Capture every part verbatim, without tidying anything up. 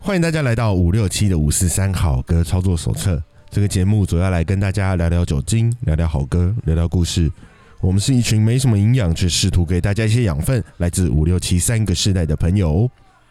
欢迎大家来到五六七的五四三好歌操作手册。这个节目主要来跟大家聊聊酒精，聊聊好歌，聊聊故事。我们是一群没什么营养，却试图给大家一些养分，来自五六七三个世代的朋友。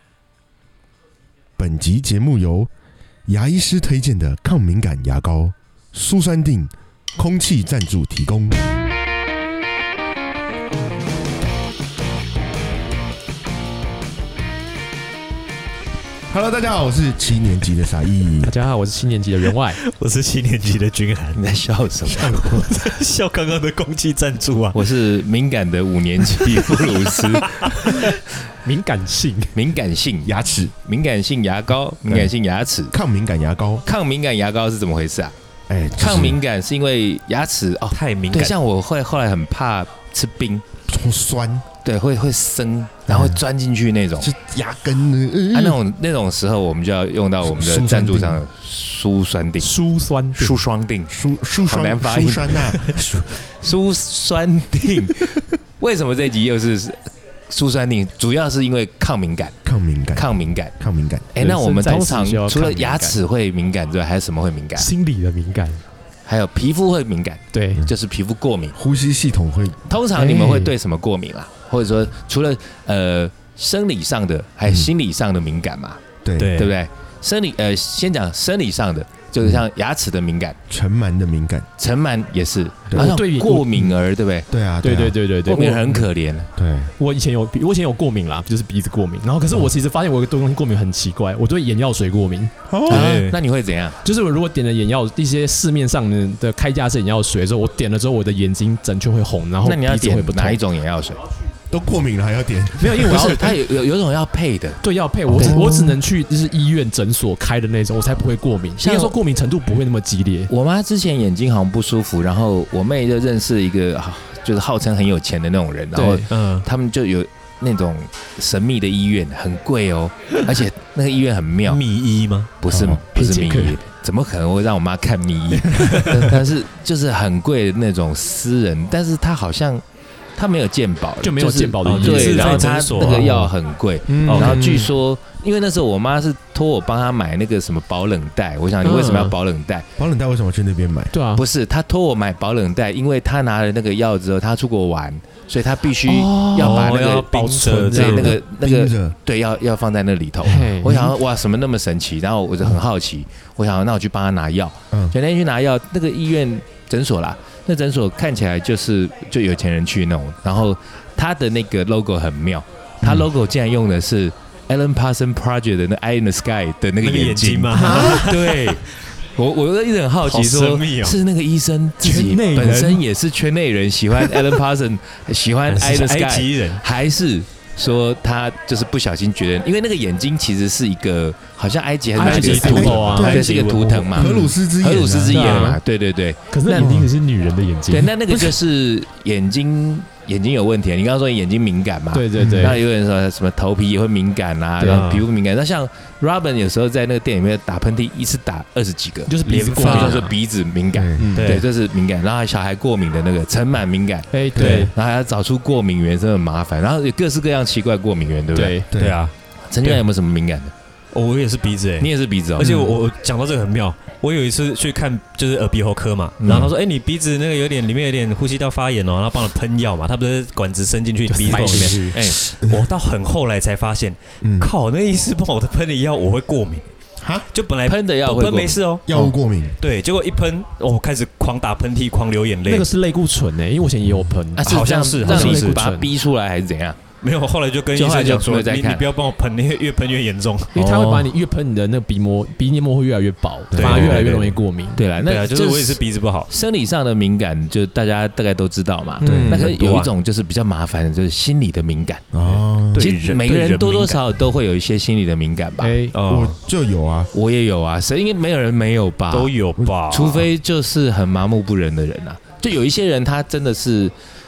本集节目由牙医师推荐的抗敏感牙膏舒酸定空气赞助提供。Hello， 大家好，我是七年级的傻义。 大家好，我是七年级的员外。 我是七年级的君涵。 你在笑什么？ 我在笑刚刚的空气赞助啊！ 我是敏感的五年级布鲁斯。 敏感性， 敏感性牙齿， 敏感性牙膏，敏感性牙齿， 抗敏感牙膏。 抗敏感牙膏是怎么回事啊？ 哎、就是， 抗敏感是因为牙齿哦太敏感， 对，像我会后来很怕吃冰， 酸。 对，会会生，然后会钻进去那种， 就牙根呢。 啊，那种那种时候，我们就要用到我们的赞助商的舒酸定， 舒酸舒霜定， 舒舒好难发音， 舒酸钠， 舒酸定。为什么这集又是舒酸定？主要是因为抗敏感， 抗敏感， 抗敏感， 抗敏感。 哎、欸，那我们通常除了牙齿会敏感之外，还有什么会敏感？ 心理的敏感。 还有皮肤会敏感， 对， 就是皮肤过敏。 呼吸系统会， 通常你们会对什么过敏啦？或者说除了呃生理上的，还有心理上的敏感嘛？ 对对不对？生理呃，先讲生理上的，就是像牙齿的敏感， 尘螨的敏感， 尘螨也是， 对然后过敏儿，对不对？ 对啊， 对对对对对， 过敏儿很可怜。 对，我以前有我以前有过敏啦，就是鼻子过敏。然后可是我其实发现我有个东西过敏很奇怪，我对眼药水过敏。 哦，那你会怎样？ 就是我如果点了眼药一些市面上的开架式眼药水的时候，我点了之后我的眼睛整圈会红，然后那你要点不哪一种眼药水？ 都过敏了还要点？ 没有，因为我是它有有有种要配的， 对，要配。我只、哦、我只能去就是医院诊所开的那种，我才不会过敏。应该说过敏程度不会那么激烈。 我妈之前眼睛好像不舒服，然后我妹就认识一个就是号称很有钱的那种人，然后嗯，他们就有那种神秘的医院，很贵哦，而且那个医院很妙。 秘医吗？ 不是，哦、不是秘医，怎么可能会让我妈看秘医？但是就是很贵的那种私人，但是他好像。他没有健保， 就没有健保的、 就是、对，然后他那个药很贵、嗯，然后据说，因为那时候我妈是托我帮她买那个什么保冷袋，我想你为什么要保冷袋？ 保冷袋为什么去那边买？ 对啊， 不是，她托我买保冷袋，因为她拿了那个药之后，她出国玩，所以她必须要把那个保存在那个那个对，要要放在那里头。我想哇，什么那么神奇？然后我就很好奇，我想那我去帮她拿药。嗯，前天去拿药，那个医院诊所啦。那诊所看起来就是就有钱人去那种，然后他的那个 logo 很妙，他 logo 竟然用的是 Alan Parsons Project 的那 Eye in the Sky 的那个眼睛吗？ 对，我我一直很好奇说，是那个医生自己本身也是圈内人，喜欢 Alan Parsons， 喜欢 Eye in the Sky， 还是？说他就是不小心觉得，因为那个眼睛其实是一个好像埃及还是哪里的图腾啊，对，是一个图腾嘛， 荷鲁斯之眼， 荷鲁斯之眼嘛，对对对。 可是那眼睛是女人的眼睛， 对，那那个就是眼睛眼睛有问题。你刚刚说眼睛敏感嘛， 对对对。 那有人说什么头皮也会敏感啊，然后皮肤敏感。那像 Robin 有时候在那个店里面打喷嚏，一次打二十几个， 就是鼻子过敏，就是鼻子敏感，对，这是敏感。然后小孩过敏的那个尘螨敏感， 哎对， 然后还要找出过敏源，真的很麻烦。然后有各式各样奇怪过敏源，对不对？ 对啊。 陈俊有没有什么敏感的？ 哦，我也是鼻子哎， 你也是鼻子哦。 而且我我讲到这个很妙，我有一次去看就是耳鼻喉科嘛，然后他说，哎、欸，你鼻子那个有点里面有点呼吸道发炎哦，然后帮我喷药嘛，他不是管子伸进去鼻孔里面，哎、欸，我到很后来才发现，嗯、靠，那医师帮我的喷的药我会过敏。哈，就本来喷的药喷没事哦， 药物过敏。 对，结果一喷，我、哦、开始狂打喷嚏，狂流眼泪。 那个是类固醇诶，因为我以前也有喷， 啊、 好像是， 让你把它逼出来还是怎样？ 没有，后来就跟医生讲说，你你不要帮我喷，那越喷越严重， 因为他会把你越喷，你的那个鼻膜鼻黏膜会越来越薄，反而越来越容易过敏。 对啦，那就是我也是鼻子不好， 生理上的敏感，就大家大概都知道嘛。对，那可有一种就是比较麻烦的，就是心理的敏感。哦，其实每个人多多少少都会有一些心理的敏感吧。 哎，我就有啊， 我也有啊，谁应该没有人没有吧？ 都有吧， 除非就是很麻木不仁的人啊。就有一些人他真的是。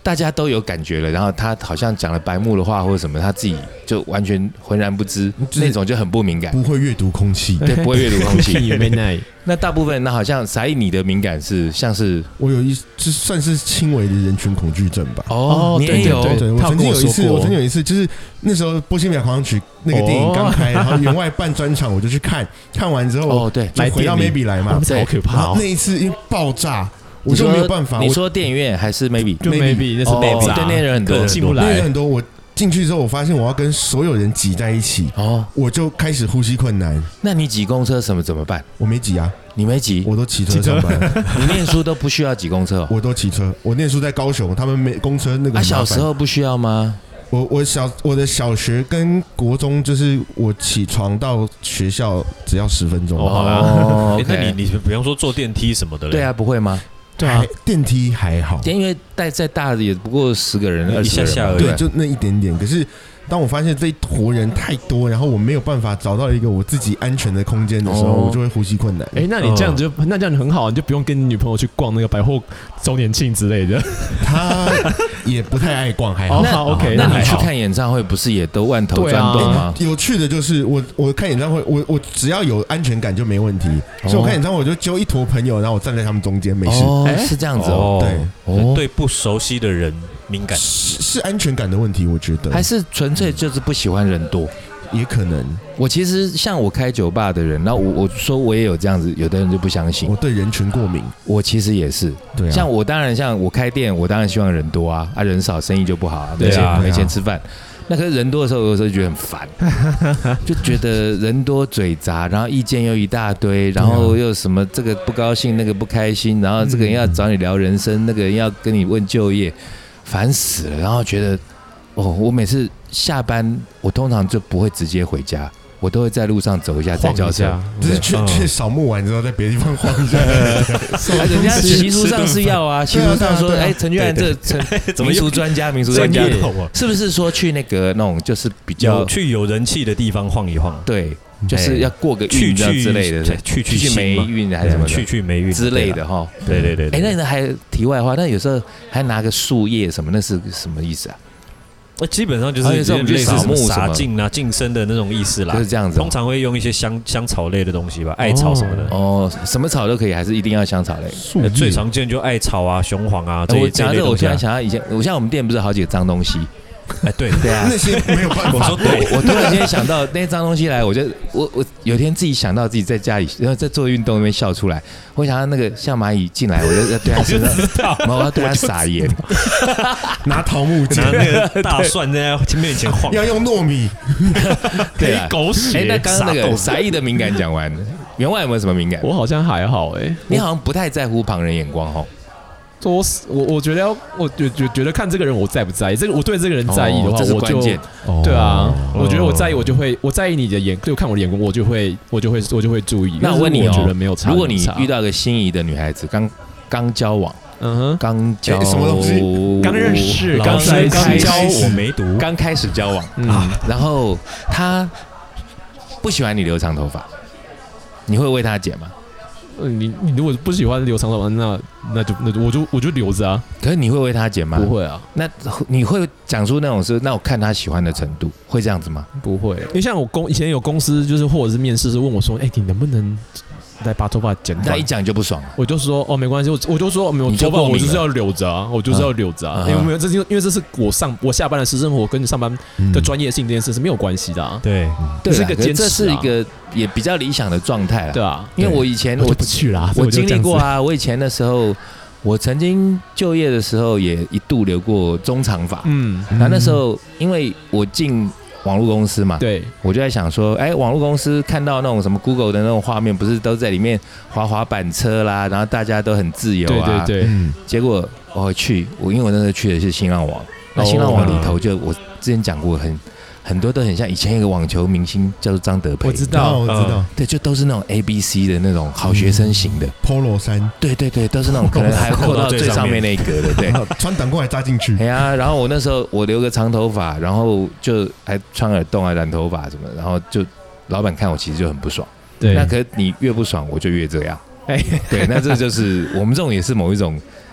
大家都有感觉了，然后他好像讲了白目的话或者什么，他自己就完全浑然不知，那种就很不敏感， 不会阅读空气， 对，不会阅读空气。 那那大部分那好像傻义你的敏感是像是我有一就算是轻微的人群恐惧症吧。 哦，你也有？ 对对，我曾经有一次，我曾经有一次，就是那时候《波西米亚狂想曲》那个电影刚开，然后员外办专场，我就去看，看完之后， 哦对， 就回到 Maybe 来嘛， 好可怕哦。 那一次因为爆炸，我就没有办法。 你说电影院还是 Maybe？ 就 Maybe 那是 Maybe， 对，那人很多， 进不来， 那人很多。我进去之后，我发现我要跟所有人挤在一起，哦，我就开始呼吸困难。 那你挤公车什么怎么办？ 我没挤啊， 你没挤， 我都骑车上班。 你念书都不需要挤公车， 我都骑车。我念书在高雄，他们没公车那个。 啊，小时候不需要吗？ 我我小我的小学跟国中，就是我起床到学校只要十分钟。 哦，好啦，哦 okay 欸，那你你比方说坐电梯什么的， 对啊，不会吗？ 对啊，电梯还好， 因为带再大的也不过十个人、二十个人， 一下下而已， 对，就那一点点。可是当我发现这一坨人太多，然后我没有办法找到一个我自己安全的空间的时候，哦，我就会呼吸困难。 哎，欸，那你这样就，嗯，那这样很好，你就不用跟你女朋友去逛那个百货周年庆之类的。 她也不太爱逛，还好。 那 OK， 那你去看演唱会不是也都万头钻动吗？ 有趣的就是我我看演唱会，我我只要有安全感就没问题。所以我看演唱会我就揪一坨朋友，然后我站在他们中间，没事。 哦，是这样子哦。 对， 哦，对不熟悉的人敏感， 是是安全感的问题，我觉得。 还是纯粹就是不喜欢人多。 也可能， 我其实像我开酒吧的人，然后我我说我也有这样子，有的人就不相信。 我对人群过敏， 我其实也是。 对啊， 像我当然像我开店，我当然希望人多啊，啊人少生意就不好啊， 没钱， 啊，没钱吃饭。那可是人多的时候，有时候觉得很烦，就觉得人多嘴杂，然后意见又一大堆，然后又什么这个不高兴，那个不开心，然后这个人要找你聊人生，那个人要跟你问就业，烦死了。然后觉得，哦，我每次下班，我通常就不会直接回家，我都会在路上走一下再叫车， 就是去去扫墓完之后，在别的地方晃一下。 人家习俗上是要啊，习俗上说，哎，陈俊然这民俗专家，民俗专家，是不是说去那个那种就是比较去有人气的地方晃一晃？ 对，就是要过个运之类的， 去去去霉运还是什么去去霉运之类的哈。 对对对。 哎，那还题外话，那有时候还拿个树叶什么，那是什么意思啊？ 呃，基本上就是类似什么洒净啊、净身的那种意思啦， 就是这样子。 通常会用一些香香草类的东西吧，艾草什么的。 哦，什么草都可以，还是一定要香草类？ 最常见就艾草啊、雄黄啊这我这类。 我突然想到以前，我像我们店不是有好几个脏东西。 哎，对对啊，那些没有办法。 我说对， 我突然间想到那些脏东西来，我就我我有天自己想到自己在家里，然后在做运动那边笑出来。我想到那个像蚂蚁进来，我就要对他身上，然后我要对他撒盐， 拿桃木剑， 拿那个大蒜在他面前晃， 要用糯米， 对啊， 狗血。 哎，那刚刚那个撒意的敏感讲完了，员外有没有什么敏感？ 我好像还好哎， 你好像不太在乎旁人眼光哦。 我我我觉得要，我觉觉觉得看这个人我在不在意，这个我对这个人在意的话， 哦、 我就对啊，哦、我觉得我在意，我就会我在意你的眼，就看我的眼光，我就会我就会我就会注意。 那我问你哦， 觉得没有差， 如果你遇到一个心仪的女孩子，刚刚交往， 嗯哼， 刚交、 欸、什么东西？ 刚认识，刚刚刚交我没读， 刚开始交往、嗯、啊，然后她不喜欢你留长头发，你会为她剪吗？ 你你如果不喜欢留长头发，那那就那就我就我就留着啊。 可是你会为他剪吗？ 不会啊。 那你会讲出那种是，那我看他喜欢的程度，会这样子吗？ 不会，因为像我公以前有公司就是或者是面试是问我说，哎、欸，你能不能来把头发剪短？ 那一讲就不爽了。 我就说哦，没关系，我我就说没有头发，我就是要留着啊，我就是要留着啊。因为没有这是因为这是我上我下班的私生活跟上班的专业性这件事是没有关系的啊。 对， 这是一个坚持、啊， 这是一个也比较理想的状态啊。 对啊， 因为我以前我就不去啦， 我经历过啊。我以前的时候，我曾经就业的时候也一度留过中长发。嗯，然后那时候因为我进网络公司嘛， 对， 我就在想说，哎，网络公司看到那种什么 Google 的那种画面，不是都在里面滑滑板车啦，然后大家都很自由啊， 对对对。嗯、 结果我去，我因为我那时候去的是新浪网，那新浪网里头就我之前讲过很。很多都很像以前一个网球明星叫做张德培， 我知道，我知道， 对，就都是那种 A B C 的那种好学生型的 Polo 衫， 对对对，都是那种可能还扣到最上面那一格的，对， 穿短裤还扎进去。 哎呀，然后我那时候我留个长头发，然后就还穿耳洞啊、染头发什么，然后就老板看我其实就很不爽。对，那可是你越不爽，我就越这样。哎，对，那这就是我们这种也是某一种。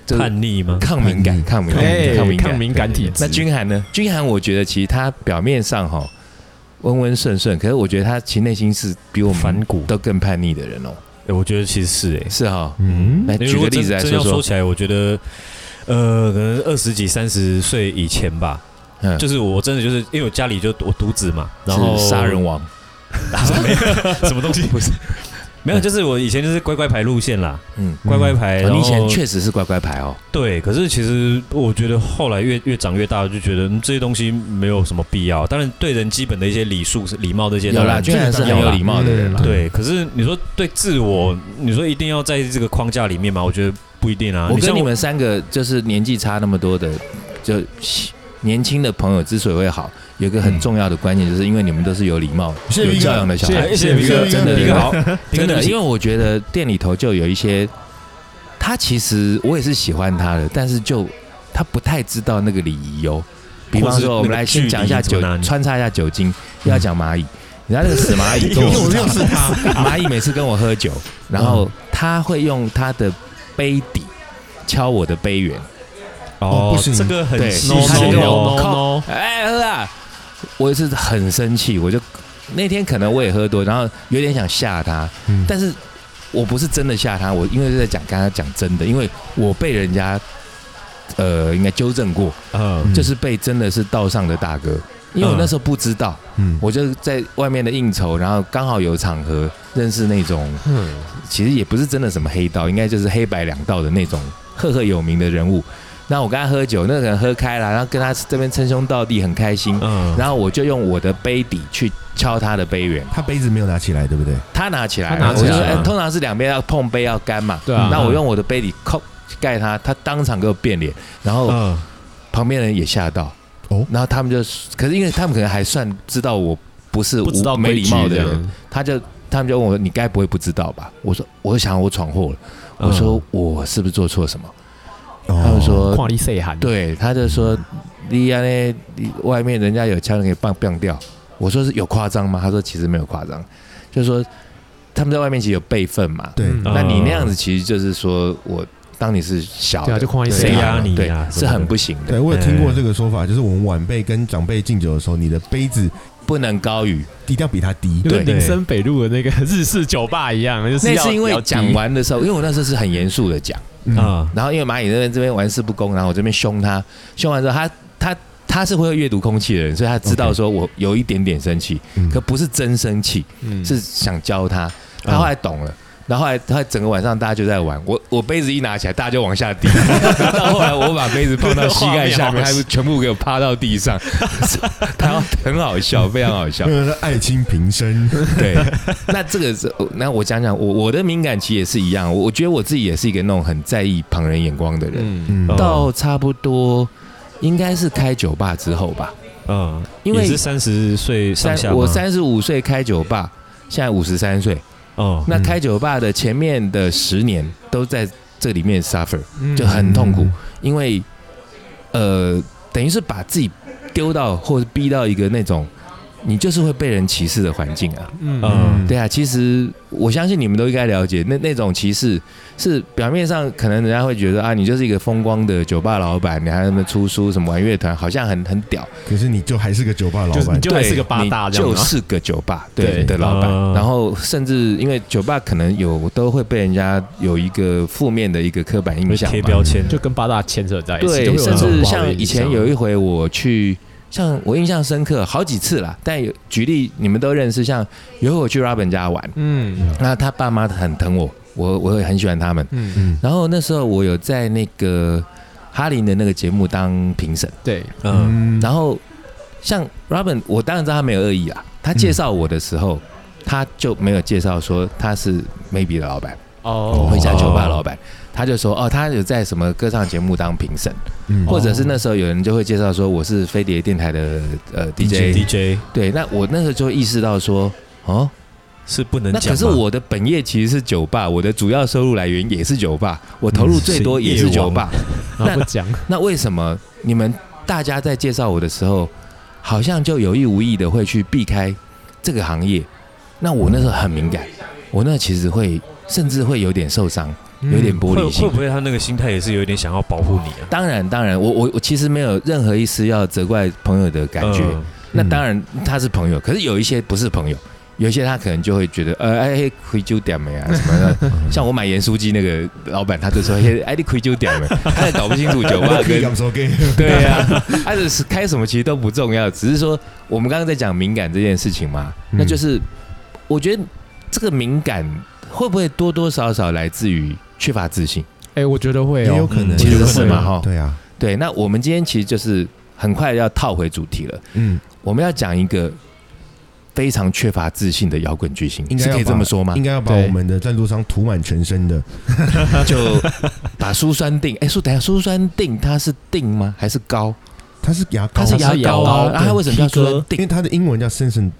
叛逆吗？ 抗敏感，抗敏感， 抗敏感，抗敏感体质。 那君涵呢？君涵，我觉得其实他表面上哈温温顺顺，可是我觉得他其实内心是比我们反骨都更叛逆的人哦。 欸、我觉得其实是哎、欸， 是哈，嗯，来举个例子来说说。 说起来，我觉得呃，可能二十几、三十岁以前吧。嗯、就是我真的就是因为我家里就我独子嘛，然后杀人王， 没有什么东西不是，没有，就是我以前就是乖乖牌路线啦，嗯，乖乖牌， 你以前确实是乖乖牌哦， 对，可是其实我觉得后来越越长越大，就觉得、嗯、这些东西没有什么必要。当然，对人基本的一些礼数、礼貌这些， 有啦，居然是很有礼貌的人啦、 嗯，对。可是你说对自我，你说一定要在这个框架里面吗？我觉得不一定啊。 我跟你们三个就是年纪差那么多的，就。年轻的朋友之所以会好，有一个很重要的观念，就是因为你们都是有礼貌、嗯、有教养的小孩。 谢谢明哥， 真的一个好， 真的，因为我觉得店里头就有一些，他其实我也是喜欢他的，但是就他不太知道那个礼仪哦。比方说，我们来先讲一下酒，穿插一下酒精，又要讲蚂蚁。你知道那个死蚂蚁跟我， 又是他。 蚂蚁每次跟我喝酒，然后他会用他的杯底敲我的杯缘。 哦，不行，这个很对，他就跟我靠，哎喝啊！我是很生气，我就那天可能我也喝多，然后有点想吓他，嗯、但是我不是真的吓他，我因为是在讲跟他讲真的，因为我被人家呃应该纠正过，嗯，就是被真的是道上的大哥，因为我那时候不知道，嗯，我就在外面的应酬，然后刚好有场合认识那种，嗯，其实也不是真的什么黑道，应该就是黑白两道的那种赫赫有名的人物。那我跟他喝酒，那个人喝开了，然后跟他这边称兄道弟，很开心。嗯，然后我就用我的杯底去敲他的杯缘。 他杯子没有拿起来，对不对？ 他拿起来， 他拿起来。 我就说，哎，通常是两边要碰杯要干嘛？ 对啊。 那我用我的杯底扣盖他，他当场给我变脸，然后旁边人也吓到。哦。然后他们就，可是因为他们可能还算知道我不是不知道没礼貌的人，他就他们就问我，你该不会不知道吧？我说，我想我闯祸了。我说，我是不是做错什么？他们说，对，他就说，你啊呢，外面人家有枪可以棒棒掉。我说是有夸张吗？他说其实没有夸张，就是说他们在外面其实有辈分嘛。 对， 那你那样子其实就是说我当你是小的， 对啊，就夸你谁压你啊， 是很不行的。 对，我有听过这个说法，就是我们晚辈跟长辈敬酒的时候，你的杯子不能高于， 一定要比他低， 就跟林森北路的那个日式酒吧一样。就是那是因为讲完的时候，因为我那时候是很严肃的讲。 嗯， 然后因为蚂蚁那边这边玩世不恭，然后我这边凶他，凶完之后他他他是会阅读空气的人，所以他知道说我有一点点生气，嗯、可不是真生气，嗯、是想教他。他后来懂了，然后后来他整个晚上大家就在玩，我我杯子一拿起来，大家就往下滴。到后来我把杯子放到膝盖下面，他们全部给我趴到地上，他很好笑，非常好笑。 爱卿平生， 对。那这个是，那我讲讲我我的敏感期也是一样，我觉得我自己也是一个那种很在意旁人眼光的人。嗯嗯。到差不多应该是开酒吧之后吧。 嗯，因为也是三十岁上下。 我三十五岁开酒吧，现在五十三岁。哦，那开酒吧的前面的十年都在这里面 suffer， 就很痛苦，因为呃，等于是把自己丢到或者逼到一个那种你就是会被人歧视的环境啊。嗯，对啊，其实我相信你们都应该了解，那那种歧视是表面上可能人家会觉得啊，你就是一个风光的酒吧老板，你还那么出书什么玩乐团，好像很很屌。 可是你就还是个酒吧老板， 你就还是个八大这样， 就是个酒吧对的老板。然后甚至因为酒吧可能有都会被人家有一个负面的一个刻板印象， 贴标签， 就跟八大牵扯在一起。 对，甚至像以前有一回我去。像我印象深刻好几次啦，但有举例你们都认识，像有一回我去 Robin 家玩，嗯，那他爸妈很疼我，我我也很喜欢他们，嗯嗯，然后那时候我有在那个哈林的那个节目当评审， 对， 嗯，然后像 Robin， 我当然知道他没有恶意啦，他介绍我的时候，嗯、他就没有介绍说他是 Maybe 的老板，哦，我一家酒吧老板。他就说哦，他有在什么歌唱节目当评审，嗯、或者是那时候有人就会介绍说我是飞碟电台的呃 D J D J， 对，那我那时候就会意识到说哦是不能讲， 那可是我的本业其实是酒吧，我的主要收入来源也是酒吧，我投入最多也是酒吧， 嗯、那不讲， 那为什么你们大家在介绍我的时候，好像就有意无意的会去避开这个行业？那我那时候很敏感，我那其实会甚至会有点受伤。 有点玻璃心。 会会不会他那个心态也是有点想要保护你啊？ 当然，当然，我我我其实没有任何一丝要责怪朋友的感觉。嗯、那当然他是朋友，可是有一些不是朋友。有一些他可能就会觉得，呃，哎，亏酒点没啊什么的。像我买盐酥鸡那个老板，他就说，哎，你亏酒点没？他也搞不清楚酒吧跟对呀、啊，他是开什么其实都不重要，只是说我们刚刚在讲敏感这件事情嘛，那就是我觉得这个敏感会不会多多少少来自于缺乏自信？ 哎、欸，我觉得会、哦， 也有可能， 其实是嘛哈。 对啊， 对。那我们今天其实就是很快要套回主题了，嗯，我们要讲一个。非常缺乏自信的摇滚巨星，是可以这么说吗？ 应该要把我们的赞助商涂满全身的， 就把苏酸定。哎、欸，苏等一下，苏酸定它是定吗？还是膏？ 它是牙膏， 它是牙膏啊。它为什么叫苏酸定？ 因为它的英文叫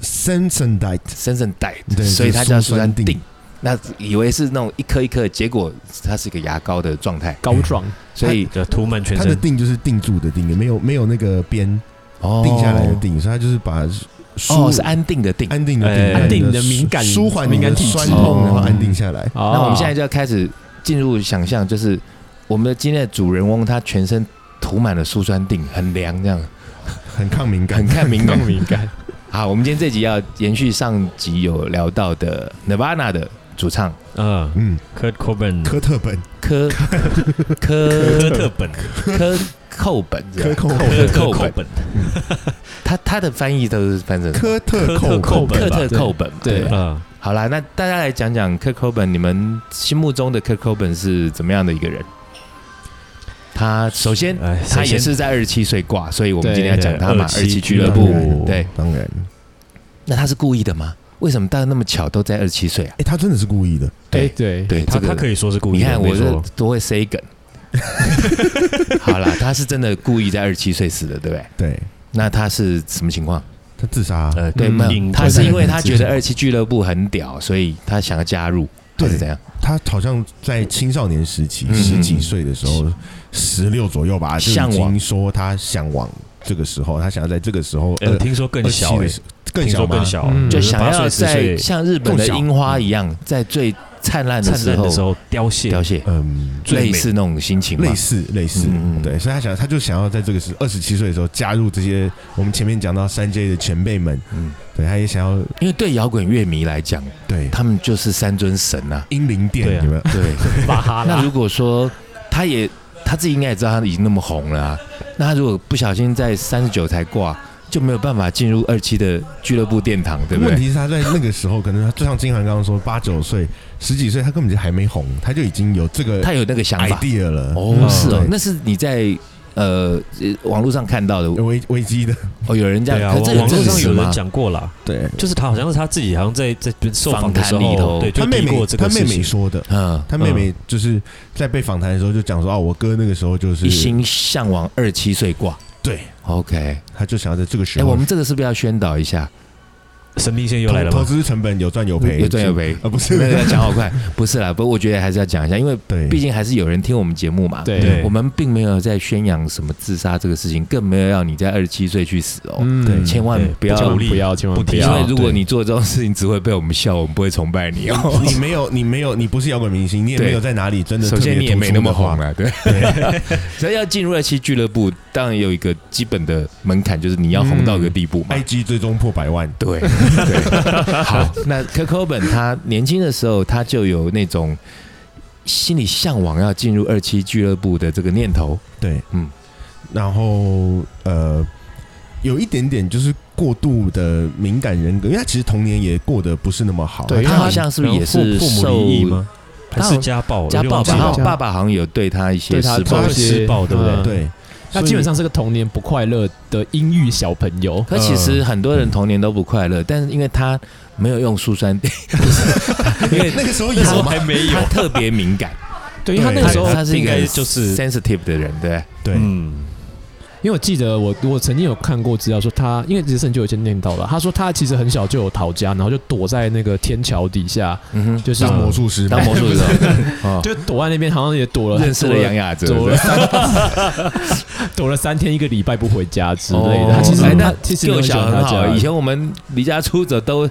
Sensodyne，Sensodyne， 所以它叫苏酸定。那以为是那种一颗一颗，结果它是一个牙膏的状态， 膏状， 所以就涂满全身。 它的定就是定住的定，没有没有那个边定下来的定，所以它就是把。 哦，是安定的定， 安定的定， 安定的敏感， 舒缓敏感酸痛，然后安定下来。 那我们现在就要开始进入想象，就是我们的今天的主人翁，他全身涂满了苏酸定，很凉，这样， 很抗敏感， 很抗敏感， 敏感。 好，我们今天这集要延续上集有聊到的 Nirvana 的主唱， 嗯嗯 ，Kurt Cobain， 科特本， 科科科特本， 科寇本， 科寇寇本。他他的翻译都是翻成科特寇本，科特寇本， 对， 嗯，好啦，那大家来讲讲 Kurt Cobain， 你们心目中的 Kurt Cobain 是怎么样的一个人？他首先他也是在二十七岁挂，所以我们今天要讲他嘛，二十七俱乐部，对， 当然。 那他是故意的吗？为什么大家那么巧都在二十七岁啊？ 哎，他真的是故意的， 对对对， 他他可以说是故意的。 你看我这都会 say 梗。好啦，他是真的故意在二十七岁死的，对不对？ 对。 那他是什么情况？ 他自杀。 呃，对，没有，他是因为他觉得二十七俱乐部很屌，所以他想要加入，还是怎样？ 他好像在青少年时期，十几岁的时候，十六左右吧，就已经说他向往这个时候，他想要在这个时候， 呃，听说更小， 更小更小， 就想要在像日本的樱花一样，在最灿烂的时候的时候凋谢， 凋谢，嗯，类似那种心情， 类似类似，对，所以他想，他就想要在这个时二十七岁的时候加入这些我们前面讲到三 J 的前辈们，嗯，对，他也想要， 因为对摇滚乐迷来讲， 对他们就是三尊神啊， 英灵殿，有没有？ 对，那如果说他也他自己应该也知道他已经那么红了啊，那他如果不小心在三十九才挂。就没有办法进入二期的俱乐部殿堂，对不对？ 问题是他在那个时候，可能就像金涵刚刚说，八九岁、十几岁，他根本就还没红，他就已经有这个， 他有那个想法 idea 了。 哦，是哦，那是你在呃网络上看到的危危机的哦，有人这样， 对啊， 可是网络上有人讲过啦， 对， 就是他好像是他自己，好像在在受访的时候，对， 他妹妹他妹妹说的，嗯，他妹妹就是在被访谈的时候就讲说，哦，我哥那个时候就是一心向往二十七岁挂。 对 ，OK， 他就想要在这个时候。 哎、欸，我们这个是不是要宣导一下？ 神秘线又来了吗？ 投资成本有赚有赔， 有赚有赔啊，不是那个讲好快，不是啦，不过我觉得还是要讲一下，因为毕竟还是有人听我们节目嘛。 对， 我们并没有在宣扬什么自杀这个事情，更没有要你在二十七岁去死哦。 嗯， 对，千万不要不要，千万不要， 因为如果你做这种事情，只会被我们笑，我们不会崇拜你哦。 你没有，你没有，你不是摇滚明星，你也没有在哪里真的。 首先你也没那么红啊，对。所以要进入二期俱乐部，当然有一个基本的门槛，就是你要红到一个地步嘛。 I G 最终破百万， 对对。好，那 Kurt Cobain 他年轻的时候，他就有那种心里向往要进入二期俱乐部的这个念头。 对，嗯，然后呃，有一点点就是过度的敏感人格，因为他其实童年也过得不是那么好。 对，他好像是不是也是父母离异吗？还是家暴？ 家暴吧，然后爸爸好像有对他一些施暴， 施暴，对不对？ 对。 他基本上是个童年不快乐的阴郁小朋友。 可其实很多人童年都不快乐，但是因为他没有用苏酸定， 因为那个时候有还没有， 他特别敏感。 对，因为他那个时候他是应该就是 sensitive 的人，对对，嗯。 因为我记得我我曾经有看过资料说他，因为之前就有先念到了，他说他其实很小就有逃家，然后就躲在那个天桥底下，嗯哼，就是当魔术师， 当魔术师， 就躲在那边，好像也躲了， 认识了杨雅哲， 躲了三，躲了三天一个礼拜不回家之类的。他其实他其实幼小很好，以前我们离家出走都。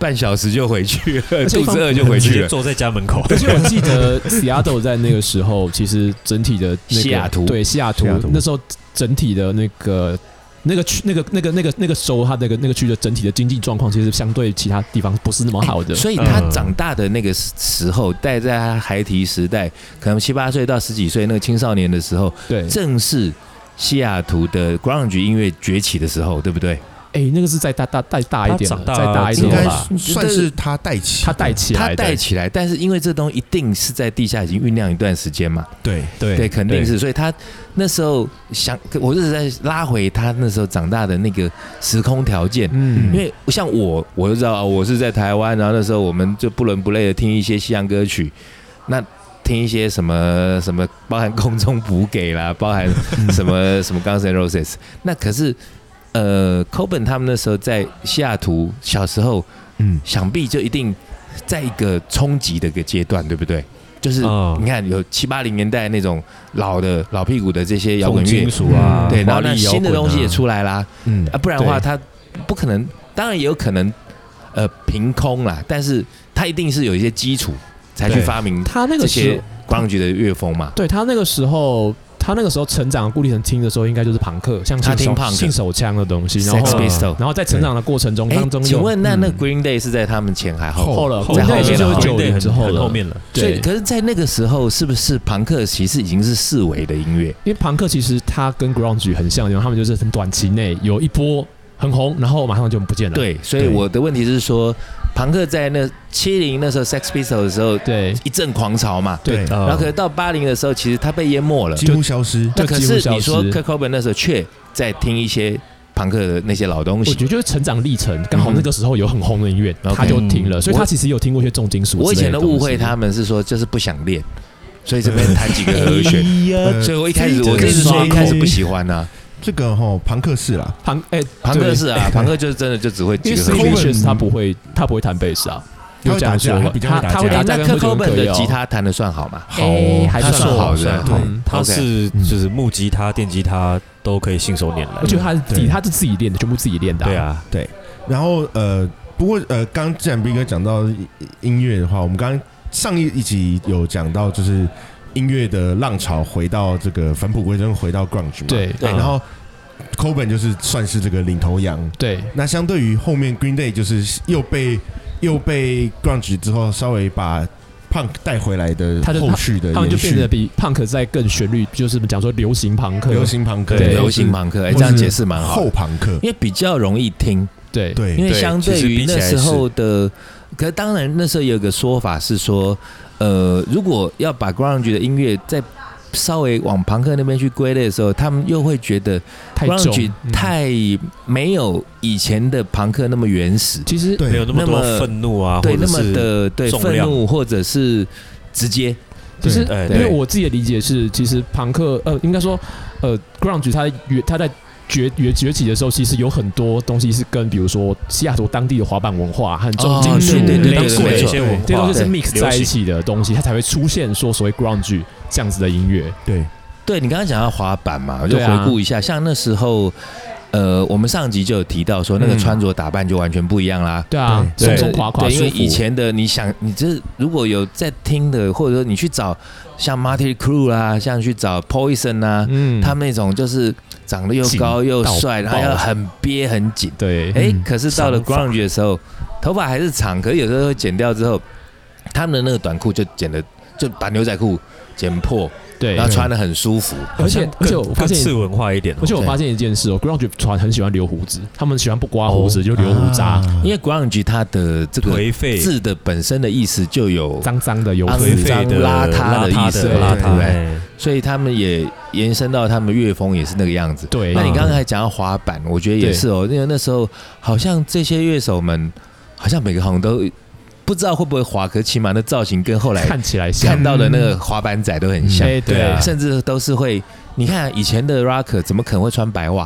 半小时就回去了，肚子饿就回去了， 坐在家门口。 而且我记得 Seattle 在那个时候，其实整体的那个西雅图， 对西雅图那时候整体的那个。那个区、那个、那个、那个、那个州，它那个那个区的整体的经济状况，其实相对其他地方不是那么好的。 欸、所以他长大的那个时候，带在他孩提时代，可能七八岁到十几岁那个青少年的时候， 对， 正是西雅图的 grunge 音乐崛起的时候，对不对？ 哎、欸，那个是再大大再大一点了，再大一点了吧？算是他带起， 他带起来， 他带起来。但是因为这东西一定是在地下已经酝酿一段时间嘛， 对对对，肯定是。所以他那时候想，我就是在拉回他那时候长大的那个时空条件。嗯，因为像我，我就知道我是在台湾，然后那时候我们就不伦不类的听一些西洋歌曲，那听一些什么什么，包含空中补给啦，包含什么什么 Guns N' Roses， 那可是。呃 ，Coben 他们那时候在西雅图小时候，嗯，想必就一定在一个冲击的一个阶段，对不对？就是你看有七八零年代那种老的老屁股的这些摇滚乐， 金属啊， 对，然后那新的东西也出来啦，嗯啊，不然的话他不可能，当然也有可能，呃，凭空啦，但是他一定是有一些基础才去发明他那个这些 grunge 的乐风嘛。 对他那个时候。他那个时候成长的顾立成听的时候，应该就是朋克，像他听性手枪的东西，然后， 然后在成长的过程中当中， 请问那那 Green Day 是在他们前还后？ 后了， 在后面就是九年之后了，后面了。 所以，可是，在那个时候，是不是朋克其实已经是式微的音乐？ 因为朋克其实它跟 grunge 很像，然后他们就是很短期内有一波很红，然后马上就不见了。 对，所以我的问题是说。朋克在那七零那时候 Sex Pistols 的时候，对一阵狂潮嘛， 对， 然后可是到八零的时候，其实它被淹没了， 几乎消失。 那可是你说 Kurt Cobain 那时候却在听一些朋克的那些老东西， 我觉得就是成长历程，刚好那个时候有很红的音乐，嗯、他就听了，所以他其实有听过一些重金属。 我以前的误会他们是说就是不想练，所以这边弹几个和弦，所以我一开始我就是说一开始不喜欢啊。 这个哈，朋克是啦， 朋哎， 朋克是啊，朋克就是真的就只会几个和弦， 他不会，他不会弹贝斯啊， 他会打架， 他他会打架。 那 Kurt Cobain 的吉他弹得算好吗？ 好，还算好的， 他是就是木吉他、电吉他都可以信手拈来。 我觉得他是他是自己练的，全部自己练的。 对啊， 对。然后呃，不过呃，刚既然 B 哥讲到音乐的话，我们刚刚上一集有讲到就是。音乐的浪潮回到这个返璞归真，回到 grunge 嘛， 对对，然后 Cobain 就是算是这个领头羊， 对。 那相对于后面 Green Day 就是又被又被 grunge 之后稍微把 punk 带回来的后续的延续， 他们就变得比 punk 在更旋律，就是讲说流行朋克， 流行朋克， 对，流行朋克，哎，这样解释蛮好。 后朋克， 因为比较容易听， 对对， 因为相对于那时候的，可是当然那时候有个说法是说。呃，如果要把 grunge 的音乐再稍微往朋克那边去归类的时候，他们又会觉得 grunge 太没有以前的朋克那么原始， 其实没有那么多愤怒啊， 对，那么的对愤怒或者是直接。 就是因为我自己的理解是，其实朋克呃，应该说呃 grunge 它它在。崛崛崛起的时候，其实有很多东西是跟比如说西雅图当地的滑板文化和重金属、 对对对对这些文化， 这些东西是 mix 在一起的东西，它才会出现说所谓 grunge 这样子的音乐。 对， 对你刚刚讲到滑板嘛，我就回顾一下，像那时候。呃，我们上集就有提到说，那个穿着打扮就完全不一样啦。 对啊，松松垮垮， 因为以前的你想，你这如果有在听的，或者说你去找像 Motley Crue 啦，像去找 Poison 啊，嗯，他们那种就是长得又高又帅，然后要很憋很紧。 对， 哎，可是到了 grunge 的时候，头发还是长，可是有时候会剪掉之后，他们的那个短裤就剪的，就把牛仔裤剪破。对，然后穿得很舒服， 而且而且我发现次文化一点、哦， 而且我发现一件事哦 ，grunge 团很喜欢留胡子，他们喜欢不刮胡子、哦、就留胡渣、啊， 因为 grunge 它的这个字的本身的意思就有脏脏的、有肮脏、邋遢的意思， 邋遢， 对，所以他们也延伸到他们乐风也是那个样子。 对， 那你刚才讲到滑板，我觉得也是哦，因为那时候好像这些乐手们，好像每个好像都。不知道会不会滑，可起码那造型跟后来看起来像看到的那个滑板仔都很像， 嗯、对、啊， 甚至都是会。你看以前的 rocker 怎么可能会穿白袜？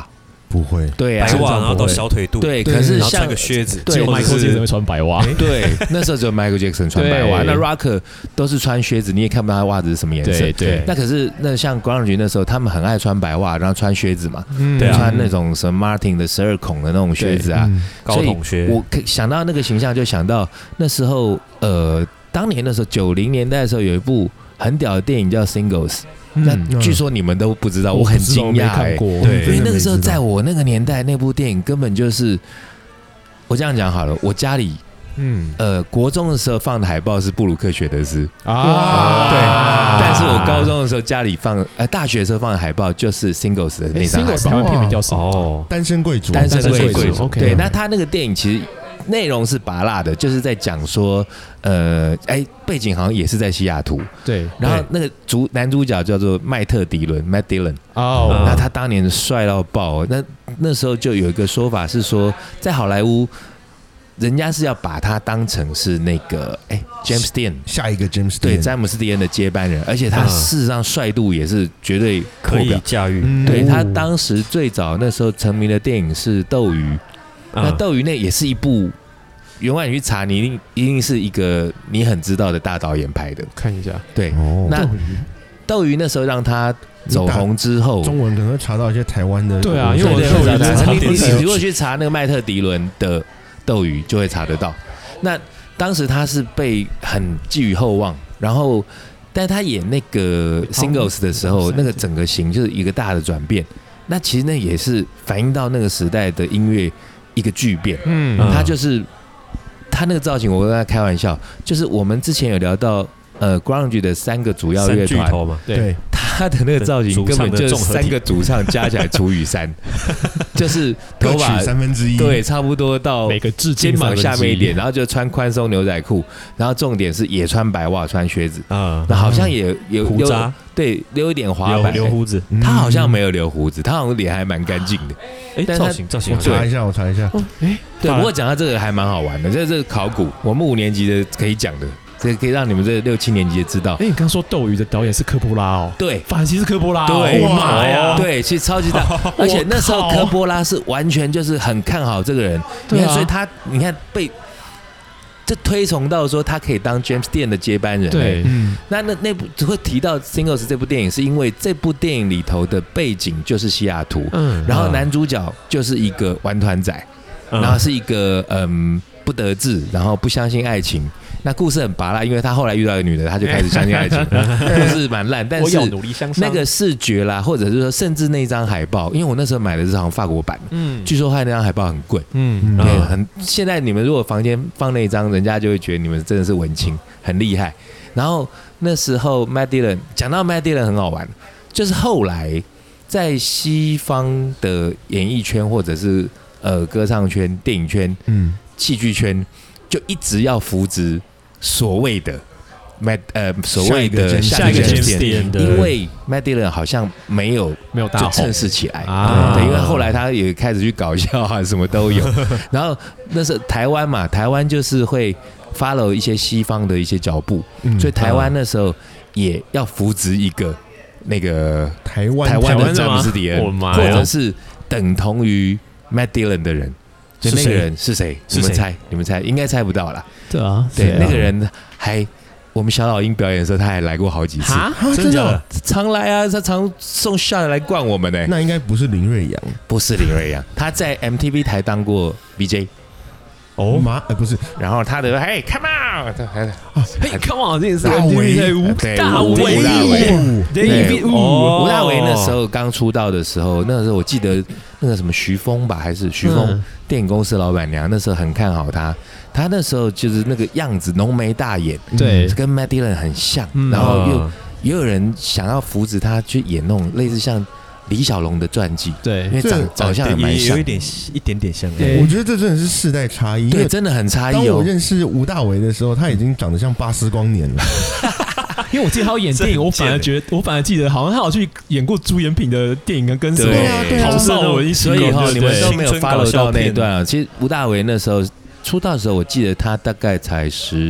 不会， 对啊， 白袜然后到小腿肚， 对，可是像穿个靴子， 只有 Michael Jackson 会穿白袜， 对，那时候只有 Michael Jackson 穿白袜，那 Rocker 都是穿靴子，你也看不到他袜子是什么颜色。 对对。 那可是那像 grunge 那时候，他们很爱穿白袜，然后穿靴子嘛， 嗯， 穿那种什么 Martin 的十二孔的那种靴子啊， 嗯、 高筒靴。 我想到那个形象，就想到那时候，呃，当年的时候，九零年代的时候，有一部很屌的电影叫 Singles。那据说你们都不知道，我很惊讶哎，对，因为那个时候在我那个年代，那部电影根本就是，我这样讲好了，我家里，嗯，呃，国中的时候放的海报是布鲁克·雪德斯啊，对，但是我高中的时候家里放，呃，大学的时候放的海报就是 Singles 的那张海报， Singles 台湾片比较少哦， 单身贵族， 单身贵族， OK， 对，那他那个电影其实。内容是拔辣的，就是在讲说，呃，哎，背景好像也是在西雅图， 对。 然后那个主男主角叫做麦特迪伦 （Matt Dillon）， 哦， 那他当年帅到爆。那那时候就有一个说法是说，在好莱坞，人家是要把他当成是那个哎 James Dean 下一个 James Dean， 对，詹姆斯迪恩的接班人，而且他事实上帅度也是绝对可以驾驭。 嗯、对他当时最早那时候成名的电影是《斗鱼》。那斗鱼那也是一部，永远你去查，你一定一定是一个你很知道的大导演拍的。 看一下， 对，哦、那斗鱼那时候让他走红之后， 中文可能会查到一些台湾的。 对啊，因为我斗鱼，你你如果去查那个麦特迪伦的斗鱼，就会查得到。那当时他是被很寄予厚望，然后，但他演那个 Singles 的时候，那个整个型就是一个大的转变。那其实那也是反映到那个时代的音乐。一个巨变，嗯，他就是他那个造型，我跟他开玩笑，就是我们之前有聊到，呃 ，grunge 的三个主要乐团嘛， 对，他的那个造型根本就是三个主唱加起来除以三，就是头发三分之一， 对，差不多到每个肩膀下面一点，然后就穿宽松牛仔裤，然后重点是也穿白袜、穿靴子，啊，那好像也有胡渣。 对，留一点滑板， 留胡子。 他好像没有留胡子，他好像脸还蛮干净的。 哎，造型造型， 我查一下，我查一下。 哎，对，不过讲到这个还蛮好玩的，这是考古，我们五年级的可以讲的，这可以让你们这六七年级的知道。 哎，你刚刚说斗鱼的导演是科波拉哦？ 对， 反其是科波拉。 对， 妈呀， 对，其实超级大，而且那时候科波拉是完全就是很看好这个人，你看，所以他你看被。这推崇到说他可以当 James Dean 的接班人。 对，嗯， 那那那部会提到 Singles 这部电影，是因为这部电影里头的背景就是西雅图，嗯，然后男主角就是一个玩团仔，嗯、然后是一个嗯不得志，然后不相信爱情。那故事很拔辣，因为他后来遇到一个女的，他就开始相信爱情，故事蛮烂，但是那个视觉啦，或者是说甚至那张海报，因为我那时候买的是好像法国版，嗯，据说他那张海报很贵，嗯，对，很。现在你们如果房间放那一张，人家就会觉得你们真的是文青，很厉害。然后那时候 Matt Dillon 讲到 Matt Dillon 很好玩，就是后来在西方的演艺圈或者是呃歌唱圈、电影圈、嗯、戏剧圈，就一直要扶植。所谓的 Matt 呃，所谓的下一个 James Dean， 因为 Matt Dillon 好像没有没有大就正式起来啊，对，因为后来他也开始去搞笑啊，什么都有。然后那是台湾嘛，台湾就是会 follow 一些西方的一些脚步，嗯、所以台湾那时候也要扶植一个那个台湾台湾的詹姆斯迪恩，或者是等同于 Matt Dillon 的人。就那个人是谁？你们猜？你们猜？应该猜不到啦。 对啊， 对，那个人还我们小老鹰表演的时候，他还来过好几次。 真的？ 常来啊，他常送 shot 来灌我们呢。 那应该不是林瑞阳， 不是林瑞阳，他在 M T V 台当过 V J。 哦妈，哎不是， 然后他的嘿 come on， 嘿 come on， 这是大伟， 吴大伟， 吴大伟，对，吴大伟那时候刚出道的时候，那个时候我记得那个什么徐峰吧，还是徐峰电影公司老板娘，那时候很看好他，他那时候就是那个样子，浓眉大眼， 对， 跟 Matt Dillon 很像，然后又也有人想要扶持他去演那种类似像。李小龙的传记， 对， 因为长长相也蛮像， 有一点一点点像。 我觉得这真的是世代差异， 对，真的很差异。 当我认识吴大维的时候，他已经长得像巴斯光年了。 因为我记得他有演电影，我反而觉得，我反而记得好像他有去演过朱延平的电影，跟跟什么郝邵文一起。 所以哈，你们都没有 follow 到那一段啊。其实吴大维那时候出道的时候，我记得他大概才十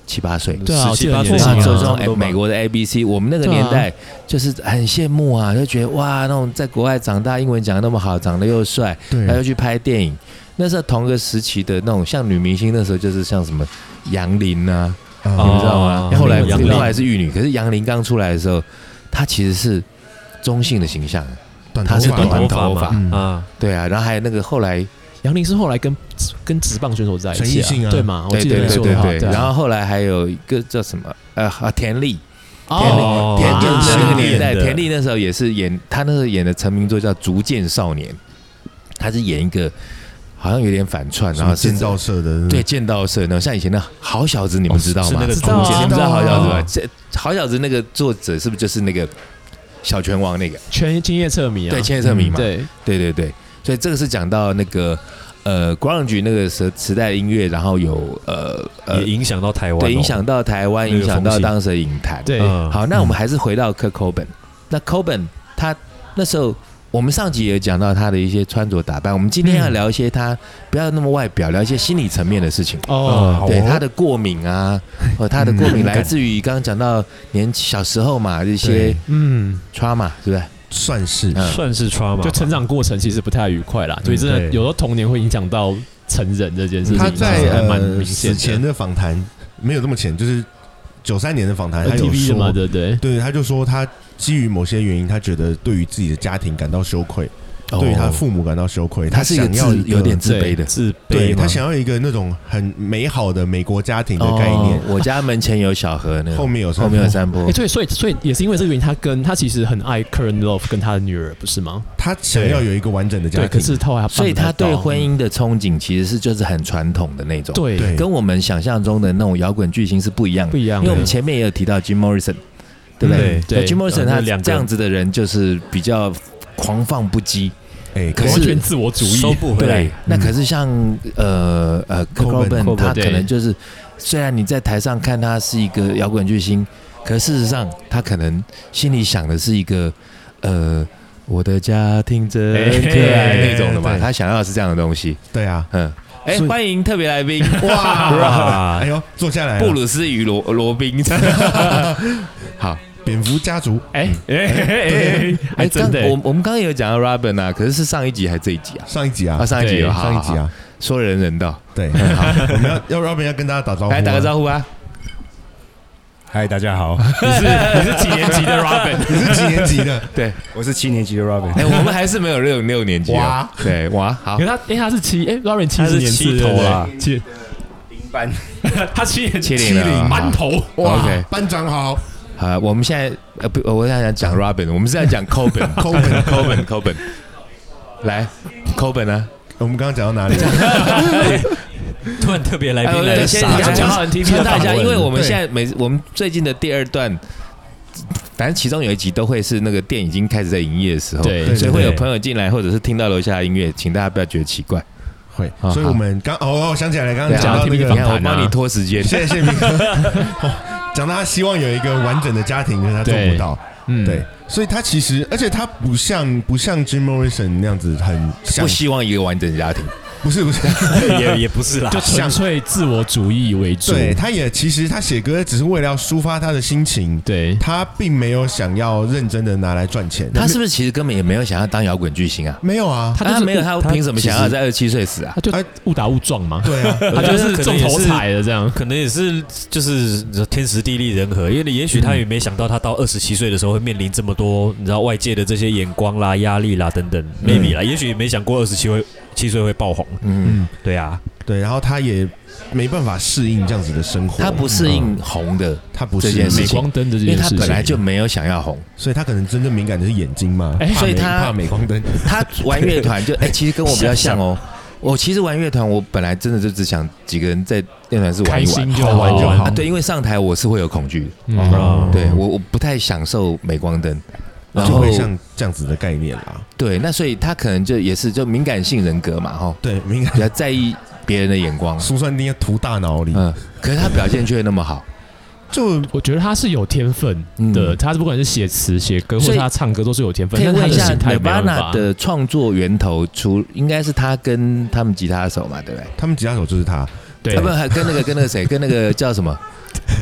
七八岁， 对啊， 七八岁， 然后走上美国的 A B C， 我们那个年代就是很羡慕啊，就觉得哇，那种在国外长大，英文讲得那么好，长得又帅，然后又去拍电影。那时候同个时期的那种像女明星，那时候就是像什么杨林啊，你们知道吗？后来后来是玉女，可是杨林刚出来的时候，她其实是中性的形象，她是短头发啊，对啊，然后还有那个后来。 杨林是后来跟跟职棒选手在一起、啊，对吗？我记得对对对对对。 然后后来还有一个叫什么呃啊田丽， 田丽田丽那个年代，田丽那时候也是演，他那时候演的成名作叫《逐渐少年》，他是演一个好像有点反串，然后剑道社的对剑道社，然后像以前的好小子，你们知道吗？ 是那个知道、啊， 你们知道好小子吗？这好小子那个作者是不是就是那个小拳王那个？ 全青叶彻迷啊， 对，青叶彻迷嘛， 对对对对。所以这个是讲到那个呃 grunge 那个时时代的音乐，然后有呃呃也影响到台湾、哦， 对，影响到台湾，影响到当时的影坛。 对， 好，那我们还是回到 Kurt Cobain。那 Cobain 他那时候，我们上集也讲到他的一些穿着打扮。我们今天要聊一些他不要那么外表，聊一些心理层面的事情。 哦， 对，他的过敏啊，或他的过敏来自于刚刚讲到年小时候嘛，这些嗯 trauma， 是不是？ 算是、 嗯、算是 trauma， 就成长过程其实不太愉快啦，所以真的有时候童年会影响到成人这件事情。 他在呃死前的访谈没有这么浅，就是九三年的访谈，他有说嘛，对对对，他就说他基于某些原因，他觉得对于自己的家庭感到羞愧。 哦、 对于他父母感到羞愧， 他是想要一个有点自卑的自卑， 对他想要一个那种很美好的美国家庭的概念。 哦、我家门前有小河呢， 后面有后面有山坡。 欸、所以所以所以也是因为这个原因，他跟他其实很爱 Kurt Love 跟他的女儿，不是吗？ 他想要有一个完整的家庭， 可是他所以他对婚姻的憧憬其实是就是很传统的那种， 对， 跟我们想象中的那种摇滚巨星是不一样的， 不一样。 因为我们前面也有提到 Jim Morrison， 对不对？ 对 ，Jim Morrison 他这样子的人就是比较狂放不羁。 哎， 可是完全自我主义， 收不回来。 那可是像呃呃 Kurt Cobain， 他可能就是虽然你在台上看他是一个摇滚巨星，可是事实上他可能心里想的是一个呃我的家庭真可爱那种的嘛，他想要的是这样的东西。 对啊， 嗯，哎，欢迎特别来宾哇！哎呦，坐下来， 布鲁斯与罗罗宾，好。 蝙蝠家族， 哎哎哎哎，真的， 我我们刚刚有讲到 Robin 啊，可是是上一集还是这一集啊？ 上一集啊， 啊上一集有， 上一集啊， 说人人道， 对，好，我们要要 Robin 要跟大家打招呼， 来打个招呼啊！ 嗨，大家好， 你是你是几年级的 Robin？ 你是几年级的？ 对， 我是七年级的 Robin。 哎，我们还是没有六六年级哇，对哇，好， 因为他哎他是七哎 Robin 七十年七头啦， 七零班， 他七年七零班头哇 ，OK， 班长好。 好，我们现在呃不，我现在讲 Robin， 我们是在讲 Cobain，Cobain，Cobain， 来 Cobain 啊， 我们刚刚讲到哪里？ 突然特别来宾来， 先讲好 N T V 的大家，因为我们现在每我们最近的第二段，反正其中有一集都会是那个店已经开始在营业的时候， 对， 所以会有朋友进来，或者是听到楼下的音乐，请大家不要觉得奇怪。 会，所以我们刚哦，我想起来了，刚刚讲到那个， 你看我帮你拖时间， 谢谢谢明哥。讲到他希望有一个完整的家庭，可是他做不到，嗯，对，所以他其实，而且他不像不像 Jim Morrison 那样子很不希望一个完整的家庭。 不是不是， 也也不是啦， 就纯粹自我主义为主。 对，他也其实他写歌只是为了要抒发他的心情， 对， 他并没有想要认真的拿来赚钱。 他是不是其实根本也没有想要当摇滚巨星啊？ 没有啊， 他就是没有，他凭什么想要在二十七岁死啊？ 他就误打误撞嘛。 对啊， 他就是中头彩的这样， 可能也是就是天时地利人和，因为也许他也没想到他到二十七岁的时候会面临这么多，你知道外界的这些眼光啦、压力啦等等 ，maybe 啦，也许没想过二十七会。七岁会爆红，嗯，对啊， 对，然后他也没办法适应这样子的生活， 他不适应红的， 他不适应镁光灯的这件事情， 因为他本来就没有想要红， 所以他可能真正敏感的是眼睛嘛， 所以他怕镁光灯。 他玩乐团就哎，其实跟我比较像哦。我其实玩乐团，我本来真的就只想几个人在乐团是玩一玩， 好玩就好。 对，因为上台我是会有恐惧的，对我我不太享受镁光灯。 然后就会像这样子的概念啦， 对，那所以他可能就也是就敏感性人格嘛，哈， 对，敏感比较在意别人的眼光， 苏酸丁要涂大脑里， 嗯，可是他表现却那么好， 就我觉得他是有天分的，嗯、他不管是写词、写歌，或者他唱歌都是有天分。 可以问一下 ，Nirvana 的创作源头，除应该是他跟他们吉他手嘛，对不对？ 他们吉他手就是他， 对，他们还跟那个跟那个谁，跟那个叫什么？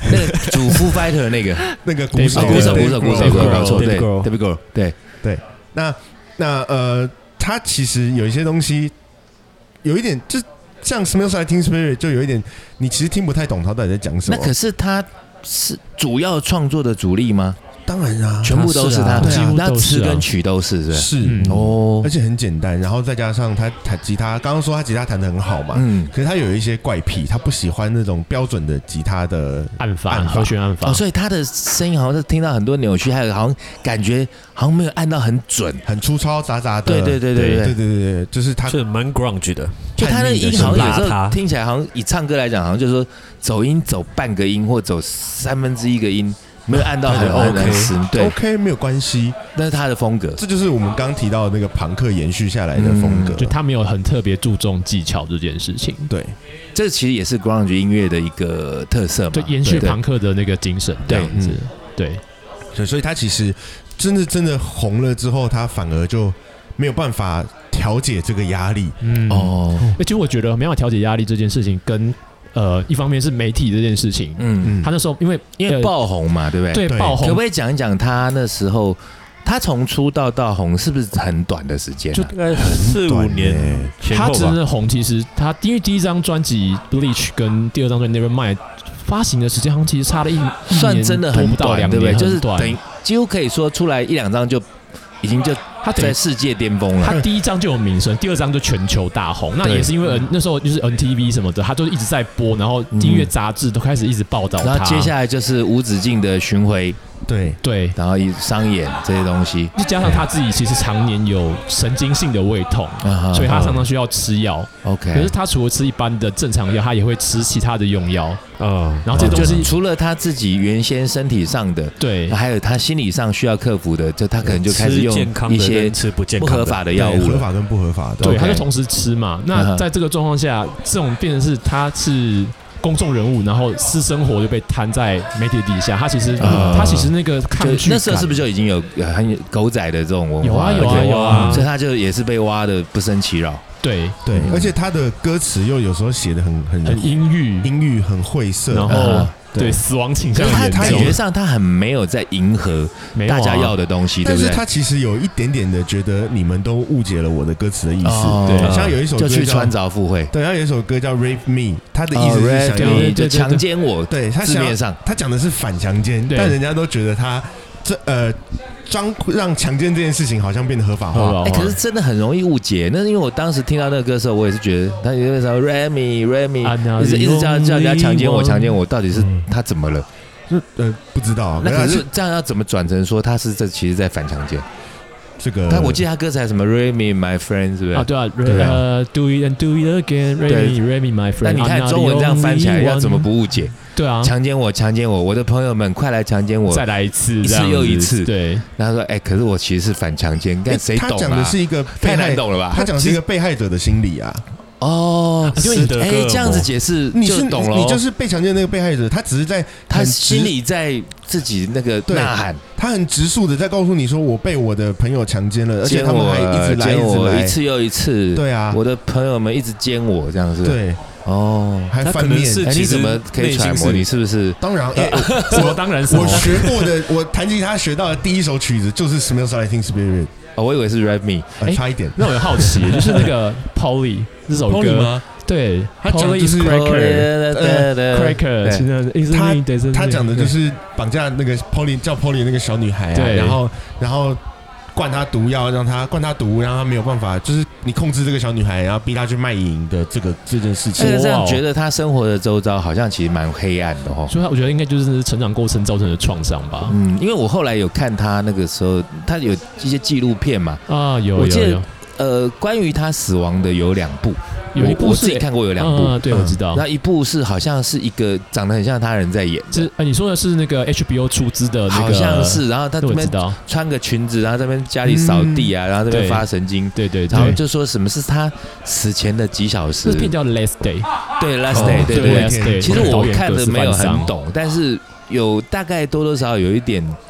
那个主 Foo Fighter 那个那个鼓手， 鼓手，鼓手，鼓手，搞错，对 ，David Grohl，对对。那那呃，他其实有一些东西，有一点就像 Smells Like Teen Spirit， 就有一点你其实听不太懂他到底在讲什么。 那可是他是主要创作的主力吗？ 当然啊， 全部都是他， 几乎那词跟曲都是，是是哦，而且很简单，然后再加上他弹吉他，刚刚说他吉他弹得很好嘛，嗯，可是他有一些怪癖，他不喜欢那种标准的吉他的按法、和弦按法， 哦，所以他的声音好像是听到很多扭曲，还有好像感觉好像没有按到很准， 很粗糙杂杂的， 对对对对对对对对，就是他是蛮 grunge 的， 就他的音好像有时候听起来好像以唱歌来讲，好像就是说走音走半个音或走三分之一个音。没有按到很 OK， 对 ，OK 没有关系， 那是他的风格， 这就是我们刚刚提到的那个朋克延续下来的风格， 嗯、就他没有很特别注重技巧这件事情。 对， 这其实也是 grunge 音乐的一个特色嘛， 就延续朋克的那个精神，这样子，对， 对，所以他其实真的真的红了之后，他反而就没有办法调节这个压力， 嗯哦，而且我觉得没办法调节压力这件事情跟。呃，一方面是媒体这件事情，嗯，他那时候因为因为爆红嘛，对不对？ 对，爆红。 可不可以讲一讲他那时候，他从出道到红是不是很短的时间、啊？ 就大概四五年前后吧。 他真的红，其实他因为第一张专辑《Bleach》跟第二张专辑《Nevermind》发行的时间好像其实差了一算真的很短，对不对？就是短， 等于几乎可以说出来一两张就已经就。他在世界巅峰了， 他第一张就有名声，第二张就全球大红。那也是因为 N, 那时候就是 N T V 什么的，他就一直在播，然后音乐杂志都开始一直报道他。 然后接下来就是无止境的巡回， 对对， 然后商演这些东西， 再加上他自己其实常年有神经性的胃痛，嗯、所以他常常需要吃药。 OK， 可是他除了吃一般的正常药，他也会吃其他的用药。 嗯，然后这东西除了他自己原先身体上的， 对， 还有他心理上需要克服的，就他可能就开始用一些吃不健康不合法的药物， 合法跟不合法的， 对，他就同时吃嘛。那在这个状况下，这种变成是他是公众人物，然后私生活就被摊在媒体底下。他其实，嗯、他其实那个抗拒那时候是不是就已经有很狗仔的这种文化？ 有啊有啊有啊， 所以他就也是被挖的不胜其扰。 对对，而且他的歌词又有时候写的很很很阴郁， 阴郁很晦涩， 然后对死亡倾向， 他感觉上他很没有在迎合大家要的东西，对不对？ 但是他其实有一点点的觉得你们都误解了我的歌词的意思，对，像有一首歌就去穿凿附会， 对，然后有一首歌叫 Rape Me， 他的意思是想要就强奸我， 对他字面上他讲的是反强奸，但人家都觉得他这呃。张让强奸这件事情好像变得合法化， 哎、欸，可是真的很容易误解。那是因为我当时听到那个歌的时候，我也是觉得他有的时候 Remy Remy 一直一直叫叫人家强奸我，强奸我，到底是他怎么了？ 就呃不知道、啊。 那可是这样要怎么转成说他是这其实在反强奸？ 这个， 他我记得他歌词还什么 Remy my friend 是不是？ 啊，对啊，呃 ，Do it and do it again，Remy Remy my friend。 那你看中文这样翻起来，要怎么不误解？ 对啊， 强奸我，强奸我，我的朋友们，快来强奸我， 再来一次， 一次又一次。 对， 然后说，哎、欸，可是我其实是反强奸，但谁懂啊？ 他讲的是一个太难懂了吧？ 他讲的是一个被害者的心理啊。 哦，因为哎、欸，这样子解释你是懂了， 你就是被强奸的那个被害者，他只是在他心里在自己那个呐喊， 他很直述的在告诉你说，我被我的朋友强奸了，而且他们还一直来，一直来， 一次又一次。 对啊， 我的朋友们一直奸我，这样子。 对。 哦， 还翻面， 哎，你怎么可以揣摩？你是不是？ 当然，哎， 我当然是。 我学过的，我弹吉他学到的第一首曲子就是 Smells Like Teen Spirit。 哦，我以为是 Rap Me， 差一点。 那我有好奇，就是那个 Polly 这首歌吗？对， 他讲的就是 Cracker，Cracker， 他他讲的就是绑架那个 Polly 叫 Polly 那个小女孩啊，然后然后。灌他毒药，让他灌他毒，让他没有办法，就是你控制这个小女孩，然后逼她去卖淫的这个这件事情。 但是这样觉得他生活的周遭好像其实蛮黑暗的哦。 所以我觉得应该就是成长过程造成的创伤吧。 嗯，因为我后来有看他那个时候，他有一些纪录片嘛。 啊，有， 我记得有有呃，关于他死亡的有两部。 有一部我自己看过有两部， 嗯、对，我知道。 那一部是好像是一个长得很像他人在演， 是呃，你说的是那个 H B O 出资的那个， 好像是。然后他这边穿个裙子，然后这边家里扫地啊，嗯、然后这边发神经， 对对， 然后就说什么是他死前的几小时。 这片叫 Last Day， 对 Last Day，、哦、对对 Last Day。 其实我看的没有很懂，但是有大概多多少少有一点。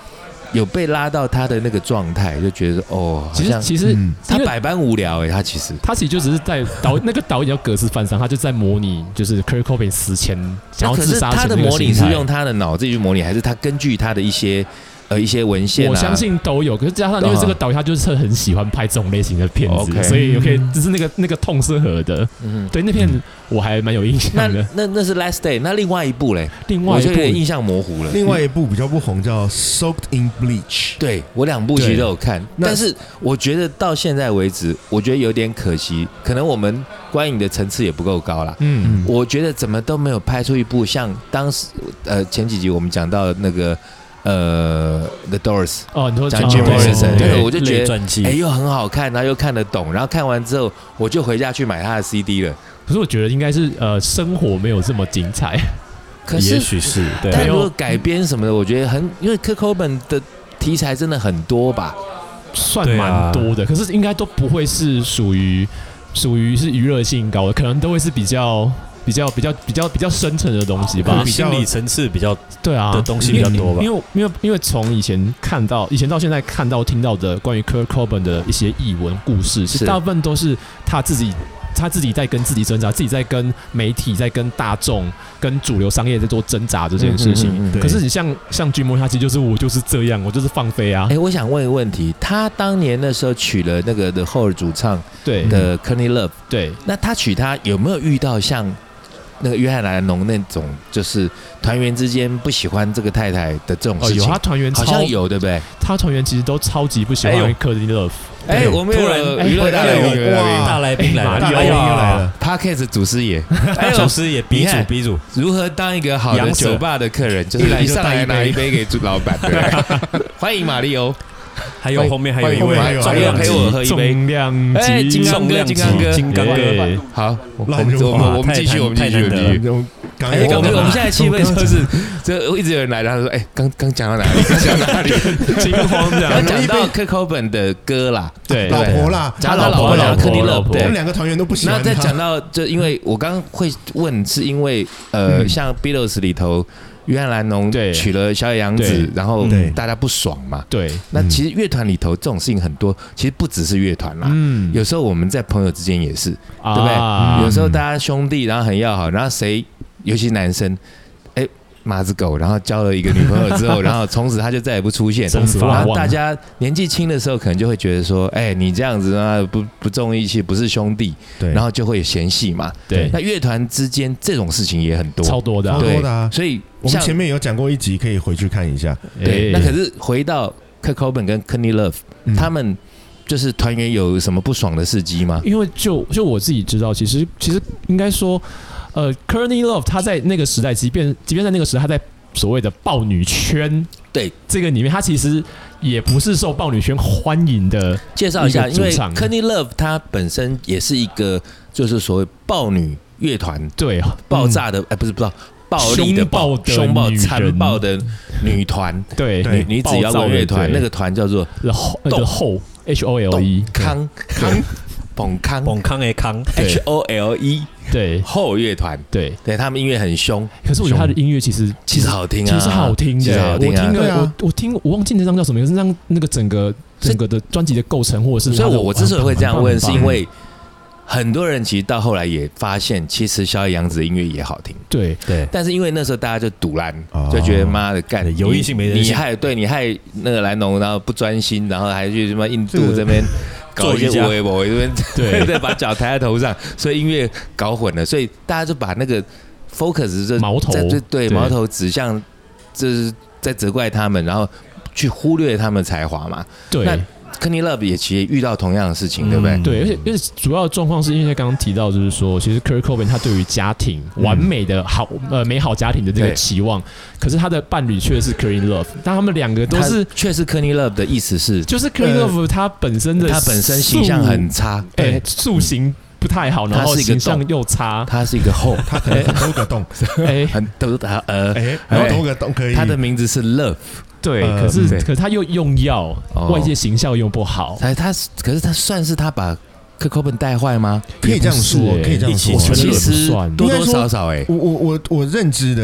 有被拉到他的那个状态，就觉得哦， 其实其实、嗯、 他百般无聊哎、欸，他其实他其实就只是在导那个导演叫格斯范桑，他就在模拟就是 Kurt Cobain 死前想要自杀前的那个心态。可是他的模拟是用他的脑自己去模拟，还是他根据他的一些？呃，一些文献、啊， 我相信都有。可是加上因为这个导演他就是很喜欢拍这种类型的片子， okay, 所以有可以只是那个那个痛是合的。嗯，对，那片我还蛮有印象的。 那那那是 Last Day， 那另外一部嘞， 另外一部我就有点印象模糊了。 另外一部比较不红，叫 Soaked in Bleach。 对我两部其实都有看，但是我觉得到现在为止，我觉得有点可惜，可能我们观影的层次也不够高啦。嗯，我觉得怎么都没有拍出一部像当时呃前几集我们讲到的那个。呃 ，The Doors 哦，你说讲 Jim Morrison 那个，我就觉得哎、欸、又很好看，然后又看得懂，然后看完之后我就回家去买他的 C D 了。 可是我觉得应该是呃生活没有这么精彩， 可是也许是，对。 但如果改编什么的，我觉得很，因为 Kurt Cobain 的题材真的很多吧， 算蛮多的，啊、可是应该都不会是属于属于是娱乐性高的，可能都会是比较。比较比较比较比较深层的东西吧， 心理层次比较对啊的东西比较多吧。 因为因为因为从以前看到以前到现在看到听到的关于 Kurt Cobain 的一些译文故事，是大部分都是他自己他自己在跟自己挣扎，自己在跟媒体在跟大众跟主流商业在做挣扎这件事情。嗯嗯嗯、可是你像像 Jim Morrison，他其实就是我就是这样，我就是放飞啊。 哎、欸，我想问一个问题，他当年那时候娶了那个 The Hole 主唱对的 Courtney Love， 对， 那他娶她有没有遇到像？那个约翰莱农那种就是团员之间不喜欢这个太太的这种事情， 哦、有他团员好像有对不对？ 他团员其实都超级不喜欢 Courtney Love。 哎、欸，我们有娱乐大来宾， 大来宾来了， 大来宾来了 ，Podcast 祖师爷， 祖师爷鼻祖鼻祖， 如何当一个好的酒吧的客人？就是一上来拿一杯给老板，对不对？欢迎马里欧。 还有后面还有一位重量陪我喝一杯， 哎， 金刚哥，金刚哥， 金刚哥， 好，我们我们继续，我们继续，我们继续。哎，我们我们现在气氛就是，这一直有人来，然后说，哎，刚刚讲到哪里？讲到哪里？ 惊慌这样。 然后讲到 Kurt Cobain 的歌啦， 对， 老婆啦， 讲到老婆，讲到 Courtney Love， 我们两个团员都不喜欢。 那再讲到，就因为我刚刚会问，是因为呃，像 Beatles 里头。约翰·兰农娶了小野洋子，然后大家不爽嘛。 对， 那其实乐团里头这种事情很多，其实不只是乐团啦。嗯，有时候我们在朋友之间也是，啊、对不对？有时候大家兄弟，然后很要好，然后谁，尤其男生，哎，马子狗，然后交了一个女朋友之后，然后从此他就再也不出现。然后大家年纪轻的时候，可能就会觉得说，哎，你这样子啊，不不重义气，不是兄弟，对，然后就会嫌隙嘛。 对， 那乐团之间这种事情也很多， 超多的、啊， 超多的啊。 所以我们前面有讲过一集，可以回去看一下。 对，那可是回到 Kurt Cobain 跟 Courtney Love、嗯、他们。就是团员有什么不爽的事迹吗？ 因为就就我自己知道，其实其实应该说，呃 ，Courtney Love 他在那个时代，即便即便在那个时代，他在所谓的豹女圈对这个里面，他其实也不是受豹女圈欢迎的。 介绍一下，因为 Courtney Love 他本身也是一个就是所谓豹女乐团， 对， 爆炸的，哎、嗯，不是不知道。暴力的暴、凶暴、残暴的女团， 对， 女女子摇滚乐团，那个团叫做 The Hole H O L E 康康彭康彭康的康 H O L E 对后乐团， 对对，他们音乐很凶， 可是我觉得他的音乐其实其实好听啊， 其实好听的，我听了我我听我忘记那张叫什么，可是让那个整个整个的专辑的构成，或者是所以我我之所以会这样问，是因为。很多人其实到后来也发现，其实小野洋子的音乐也好听， 对对。但是因为那时候大家就赌烂，就觉得妈的干有异性没人性， 你害对你害那个蓝农，然后不专心，然后还去什么印度这边搞一些微博，这边对对，把脚抬在头上，所以音乐搞混了，所以大家就把那个 focus 就矛头对矛头指向，就是在责怪他们，然后去忽略他们的才华嘛。 对。 Courtney Love 也其实遇到同样的事情，嗯、对不对？ 对，而且而且主要的状况是因为刚刚提到，就是说，其实 Kurt Cobain 他对于家庭、嗯、完美的好呃美好家庭的这个期望，可是他的伴侣却是 Courtney Love， 但他们两个都是却是 Courtney Love 的意思是， 就是 Courtney Love 他本身的他本身形象很差， 哎，塑形不太好，然后形象又差， 他是一个后， 他可能很多个洞， 哎， 很多的呃， 哎，很多个洞可以。 他的名字是 Love。 对，呃、可是可是他又用药，哦、外界形象用不好。 哎，他可是他算是他把 Kurt Cobain 带坏吗？ 可以这样说，可以这样说。 其实多多少少哎、欸， 我我我我认知的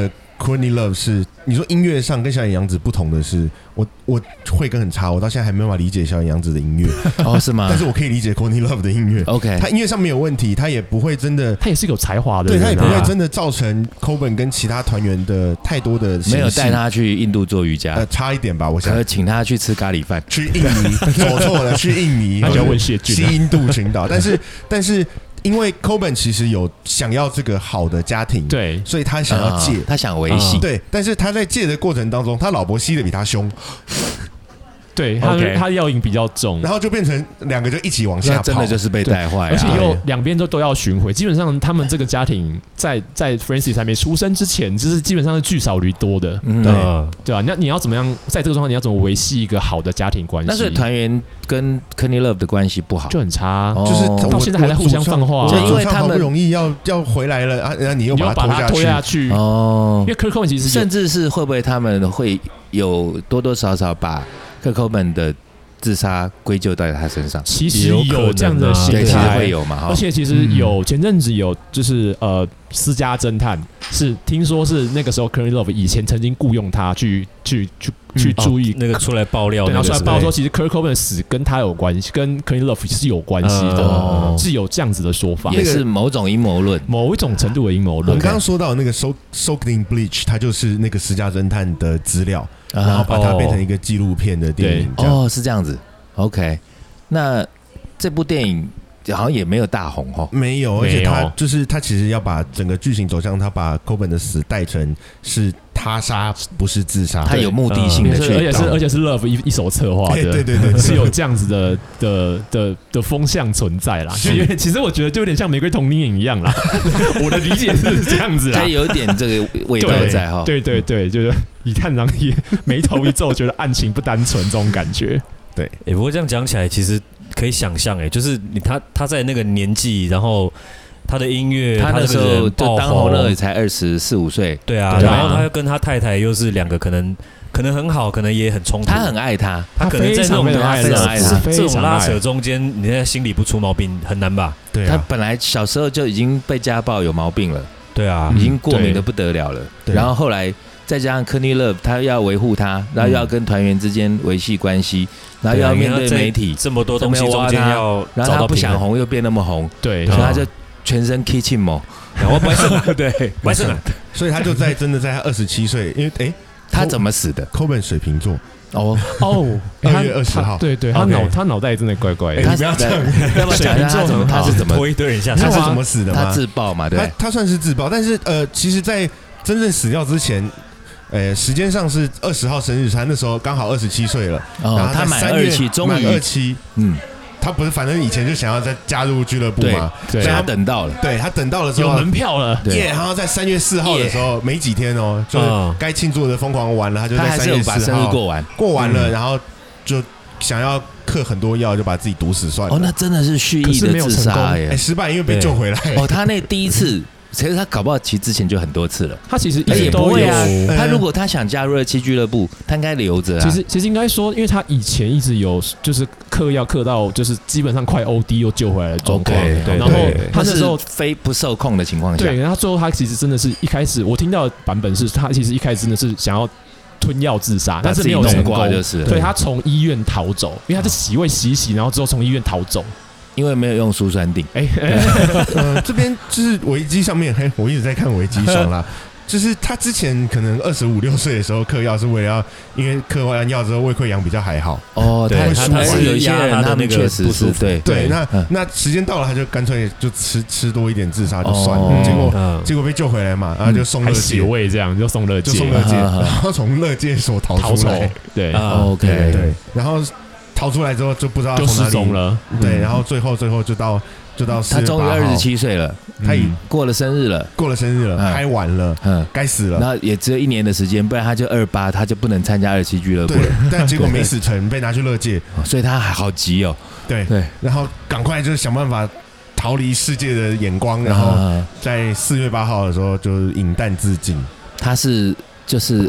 Courtney Love 是你说音乐上跟小野洋子不同的是，我我慧根很差，我到现在还没有办法理解小野洋子的音乐。 哦，是吗？ 但是我可以理解 Courtney Love 的音乐。 OK， 他音乐上没有问题，他也不会真的， 他也是有才华的， 对他也不会真的造成 Coben 跟其他团员的太多的没有带他去印度做瑜伽， 呃，差一点吧，我想。 可请他去吃咖喱饭， 去印尼走错了，去印尼， 那就要问谢俊， 西印度群岛，但是但是。因为 Coben 其实有想要这个好的家庭， 对， 所以他想要戒， 他想维系， 对，但是他在戒的过程当中，他老婆吸的比他凶， 对，他 okay. 他药瘾比较重， 然后就变成两个就一起往下跑， 真的就是被带坏， 而且又两边都都要巡回。基本上他们这个家庭在在 Francis 还没出生之前，就是基本上是聚少离多的， 嗯、 对对啊，那你要怎么样在这个状况，你要怎么维系一个好的家庭关系？ 但是团员跟 Courtney Love 的关系不好， 就很差， 哦、就是到现在还在互相放话， 就因为他们好不容易要要回来了啊，然后你又把他拖下去哦。 因为 Kurt Cobain 其实甚至是会不会他们会有多多少少把 Kurt Cobain 的自杀归咎到他身上， 其实有这样的心态， 其实会有嘛， 而且其实有前阵子有就是呃私家侦探是听说是那个时候 Courtney Love 以前曾经雇佣他去去去去注意、 嗯哦、那个出来爆料， 对，然后出来爆料说其实 Kurt Cobain 的死跟他有关系，跟 Courtney Love 是有关系的、哦，是有这样子的说法， 也是某种阴谋论， 某一种程度的阴谋论。 我们刚刚说到那个 Soaked in Bleach， 它就是那个私家侦探的资料。然后把它变成一个纪录片的电影， 哦，是这样子 ，OK。那这部电影好像也没有大红哦， 没有，而且他就是他其实要把整个剧情走向，他把 Coben 的死带成是他杀，不是自杀， 他有目的性的去， 而且是而且是 Love 一一手策划的， 对对对， 是有这样子的的的的风向存在啦。其实我觉得就有点像玫瑰童林影一样啦，我的理解是这样子啦， 它有点这个味道在哈， 对对对，就是以探长也眉头一皱，觉得案情不单纯这种感觉。 对， 哎、欸，不过这样讲起来，其实可以想象，哎，就是你他他在那个年纪，然后他的音乐， 他那时候就当红了，也才二十四五岁， 对啊，然后他跟他太太又是两个可能可能很好，可能也很冲突， 他很爱他， 他可能在这种非常爱他这种拉扯中间，你在心里不出毛病很难吧？ 对、啊， 他本来小时候就已经被家暴有毛病了， 对啊， 已经过敏的不得了了，然后后来。再加上 Courtney Love， 他要维护他，然后又要跟团员之间维系关系，然后又要面对媒体， 这么多东西中间要， 然后他不想红又变那么红， 对， 所以他就全身 kitchen mo， 我不是， 对， 不是， 所以他就在真的在他二十七岁，因为哎， 他怎么死的 ？Coben 水瓶座。 哦哦， 二月二十号， 对对，他脑他脑袋真的怪怪的。 你不要这样， 要不要讲一下他怎么他是怎么拖一堆人下？ 他是怎么死的吗？ 他自爆嘛，对， 他他算是自爆，但是呃，其实，在真正死掉之前。呃，时间上是二十号生日，他那时候刚好二十七岁了。 哦， 然后他满二期，终于二期， 嗯， 他不是，反正以前就想要再加入俱乐部嘛， 对， 所以他等到了， 对他等到了之后有门票了， 耶！然后在三月四号的时候，没几天哦，就该庆祝的疯狂完了，他就在三月四号把生日过完， 过完了，然后就想要嗑很多药，就把自己毒死算了。 哦，那真的是蓄意的自杀耶， 哎，失败，因为被救回来。 哦，他那第一次。其实他搞不好，其实之前就很多次了。 他其实也不会啊。他如果他想加入二期俱乐部，他应该留着啊。 其实其实应该说，因为他以前一直有就是嗑药嗑到就是基本上快 O D 又救回来的状况。然后他那时候非不受控的情况下， 对，然后最后他其实真的是一开始我听到的版本是他其实一开始真的是想要吞药自杀，但是没有成功， 就是所以他从医院逃走，因为他是洗胃洗洗，然后之后从医院逃走。 因为没有用苏酸定，哎、 欸，呃，这边就是维基上面，嘿，我一直在看维基爽啦，就是他之前可能二十五六岁的时候嗑药是为了要，因为嗑完药之后胃溃疡比较还好。 哦， 他会他是有一些人他们确实是对对，那那时间到了他就干脆就吃吃多一点自杀就算了，哦、结果、嗯、结果被救回来嘛，然后就送乐界， 洗胃这样就送乐界， 就送乐界，然后从乐界所逃出来， 对、 啊、，OK， 对, 对，然后。逃出来之后就不知道就失踪了， 对，然后最后最后就到就到他终于二十七岁了， 他已过了生日了， 过了生日了，拍完了，嗯，该死了， 然后也只有一年的时间，不然他就二八，他就不能参加二期俱乐部了， 但结果没死成，被拿去乐界， 所以他还好急哦， 对对，然后赶快就是想办法逃离世界的眼光，然后在四月八号的时候就饮弹自尽， 他是就是。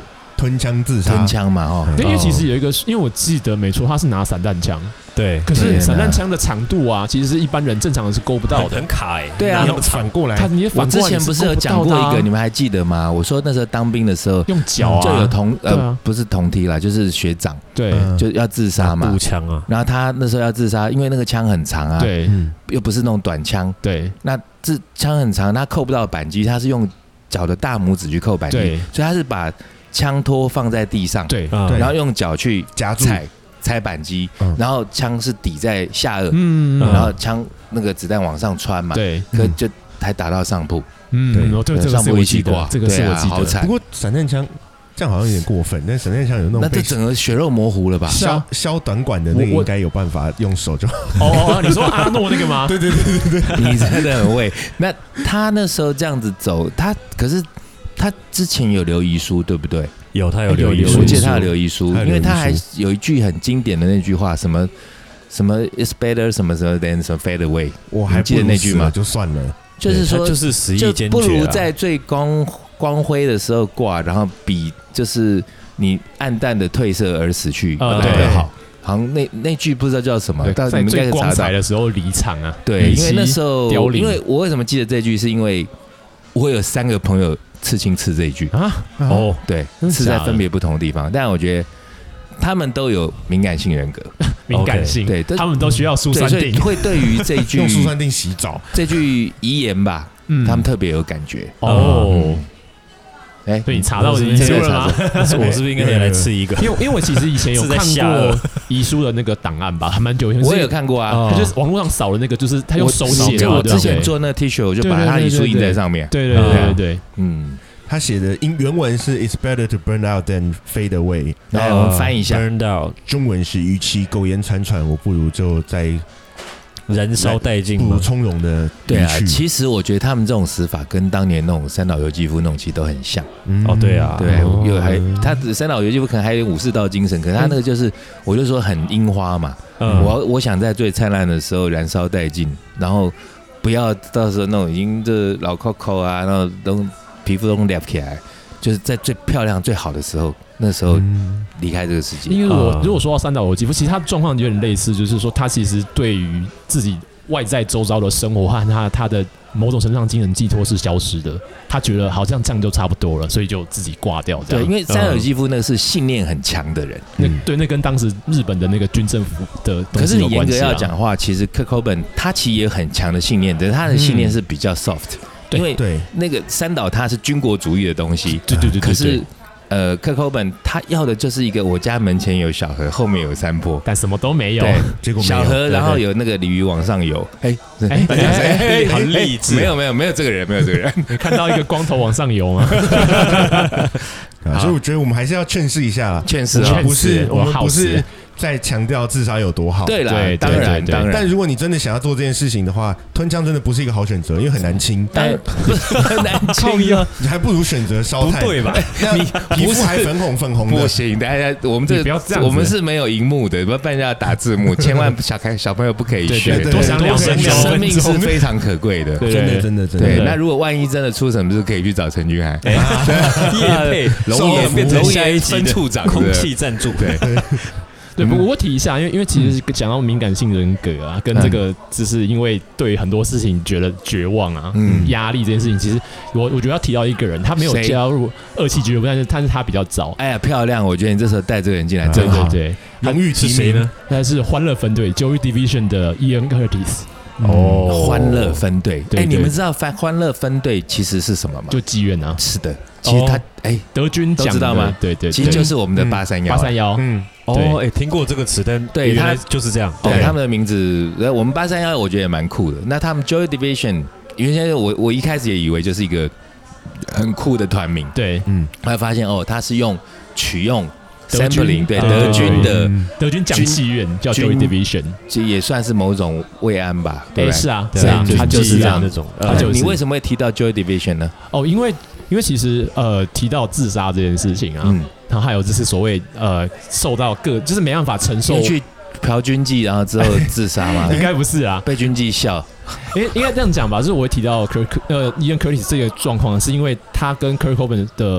吞枪自杀， 吞枪嘛哦。 因为其实有一个，因为我记得没错，他是拿散弹枪。 对， 可是散弹枪的长度啊，其实是一般人正常人是够不到的， 很卡哎。 对啊， 反过来， 他你我之前不是有讲过一个，你们还记得吗？我说那时候当兵的时候， 用脚啊， 就有同呃不是同梯啦，就是学长， 对， 就要自杀嘛， 步枪啊。 然后他那时候要自杀，因为那个枪很长啊， 对， 又不是那种短枪， 对， 那这枪很长，他扣不到扳机，他是用脚的大拇指去扣扳机，所以他是把枪托放在地上， 对， 然后用脚去夹住。 踩扳机，然后枪是抵在下颚， 嗯， 然后枪那个子弹往上穿嘛， 对， 可就还打到上铺， 嗯，对，这个上铺一起挂， 这个是我记得， 好惨。 不过散弹枪这样好像有点过分，但散弹枪有那种那这整个血肉模糊了吧？ 削削短管的那个应该有办法用手就。 哦，你说阿诺那个吗？ 对对对对对， 你真的很会。那他那时候这样子走，他可是他之前有留遗书，对不对？ 有，他有留遗书， 我记得他有留遗书，因为他还有一句很经典的那句话，什么什么 "It's better 什么什么 than some fade away"， 我还记得那句吗？ 就算了， 就是说， 就是死意坚决， 不如在最光光辉的时候挂，然后比就是你暗淡的褪色而死去来得好。好像那那句不知道叫什么， 在最光彩的时候离场啊。 对，因为那时候，因为我为什么记得这句，是因为我有三个朋友刺青刺这一句啊，哦，对，刺在分别不同的地方，但我觉得他们都有敏感性人格， 敏感性， 对， 他们都需要苏珊定， 会对于这一句用苏珊定洗澡这句遗言吧，他们特别有感觉哦。 哎， 所以你查到遗书了吗？ 我是不是应该也来刺一个？ 因为因为我其实以前有看过遗书的那个档案吧，还蛮久以前。 我也有看过啊， 他就是网络上扫的那个，就是他用手写的。 我之前做那个 T 恤，我就把他遗书印在上面。 对对对对对， 嗯， 他写的英原文是 "It's better to burn out than fade away"， 来我们翻译一下。 Burned out， 中文是与其苟延残喘，我不如就在燃烧殆尽， 不如从容的。 对啊，其实我觉得他们这种死法跟当年那种三岛由纪夫那种其实都很像。 哦，对啊， 对，有还他三岛由纪夫可能还有武士道精神，可是他那个就是，我就说很樱花嘛。我我想在最灿烂的时候燃烧殆尽，然后不要到时候那种已经这老 Coco 啊，然后都皮肤都裂起来，就是在最漂亮最好的时候，那时候离开这个世界。 因为我如果说到三岛由纪夫，其实他状况有点类似，就是说他其实对于自己外在周遭的生活和他他的某种程度上精神寄托是消失的，他觉得好像这样就差不多了，所以就自己挂掉。 对，因为三岛由纪夫那个是信念很强的人， 那对那跟当时日本的那个军政府的东西有关系啊。可是你严格要讲话，其实 Kurt Cobain 他其实也很强的信念，但是他的信念是比较 soft，因为那个三岛他是军国主义的东西， 对对对， 可是。呃 ，Kurt Cobain 他要的就是一个我家门前有小河，后面有山坡， 但什么都没有。 对， 结果小河，然后有那个鲤鱼往上游。哎哎哎， 好励志！ 没有没有没有这个人，没有这个人， 看到一个光头往上游吗？ 所以我觉得我们还是要劝示一下， 劝示啊，不是我们不是在强调自杀有多好。 对啦，当然当然。 但如果你真的想要做这件事情的话，吞枪真的不是一个好选择，因为很难清。 但很难清啊， 你还不如选择烧炭， 不对吧？ 你皮肤还粉红粉红的。 不行，大家我们这不要这样， 我们是没有荧幕的，不要半夜打字幕，千万小开小朋友不可以学。 多想两分钟， 生命是非常可贵的， 真的真的真的。 对，那如果万一真的出什么事，可以去找陈君涵。 业配龙岩变成下一分处长， 空气赞助。 对。 对，不过我提一下，因为因为其实讲到敏感性人格啊，跟这个就是因为对很多事情觉得绝望啊、嗯、压力这件事情，其实我我觉得要提到一个人，他没有加入二期俱乐部，但是但是他比较早。 哎呀，漂亮！我觉得你这时候带这个人进来真好。 对对对， 荣誉提名呢？ 他是欢乐分队 Joy Division 的 Ian Curtis。 哦，欢乐分队。哎，你们知道欢乐分队其实是什么吗？ 就妓院啊。 是的，其实他哎， 德军都知道吗？ 对对， 其实就是我们的八三幺。 八三幺， 嗯，哦，哎，听过这个词，但对， 原来就是这样。 对，他们的名字，我们八三幺，我觉得也蛮酷的。那他们 Joy Division， 原先我我一开始也以为就是一个很酷的团名。 对， 嗯，后来发现哦，他是用取用。sampling 对德军的德军讲戏院叫 Joy Division， 其实也算是某种慰安吧。 对，是啊，是啊， 他就是这样那种。你为什么会提到 Joy Division 呢？ 哦，因为因为其实呃提到自杀这件事情啊，然后还有就是所谓呃受到各就是没办法承受去嫖军妓，然后之后自杀吗？ 应该不是啊， 被军妓笑。 应应该这样讲吧，就是我会提到 Kurt 呃 Ian Curtis 这个状况，是因为他跟 Kurt Cobain 的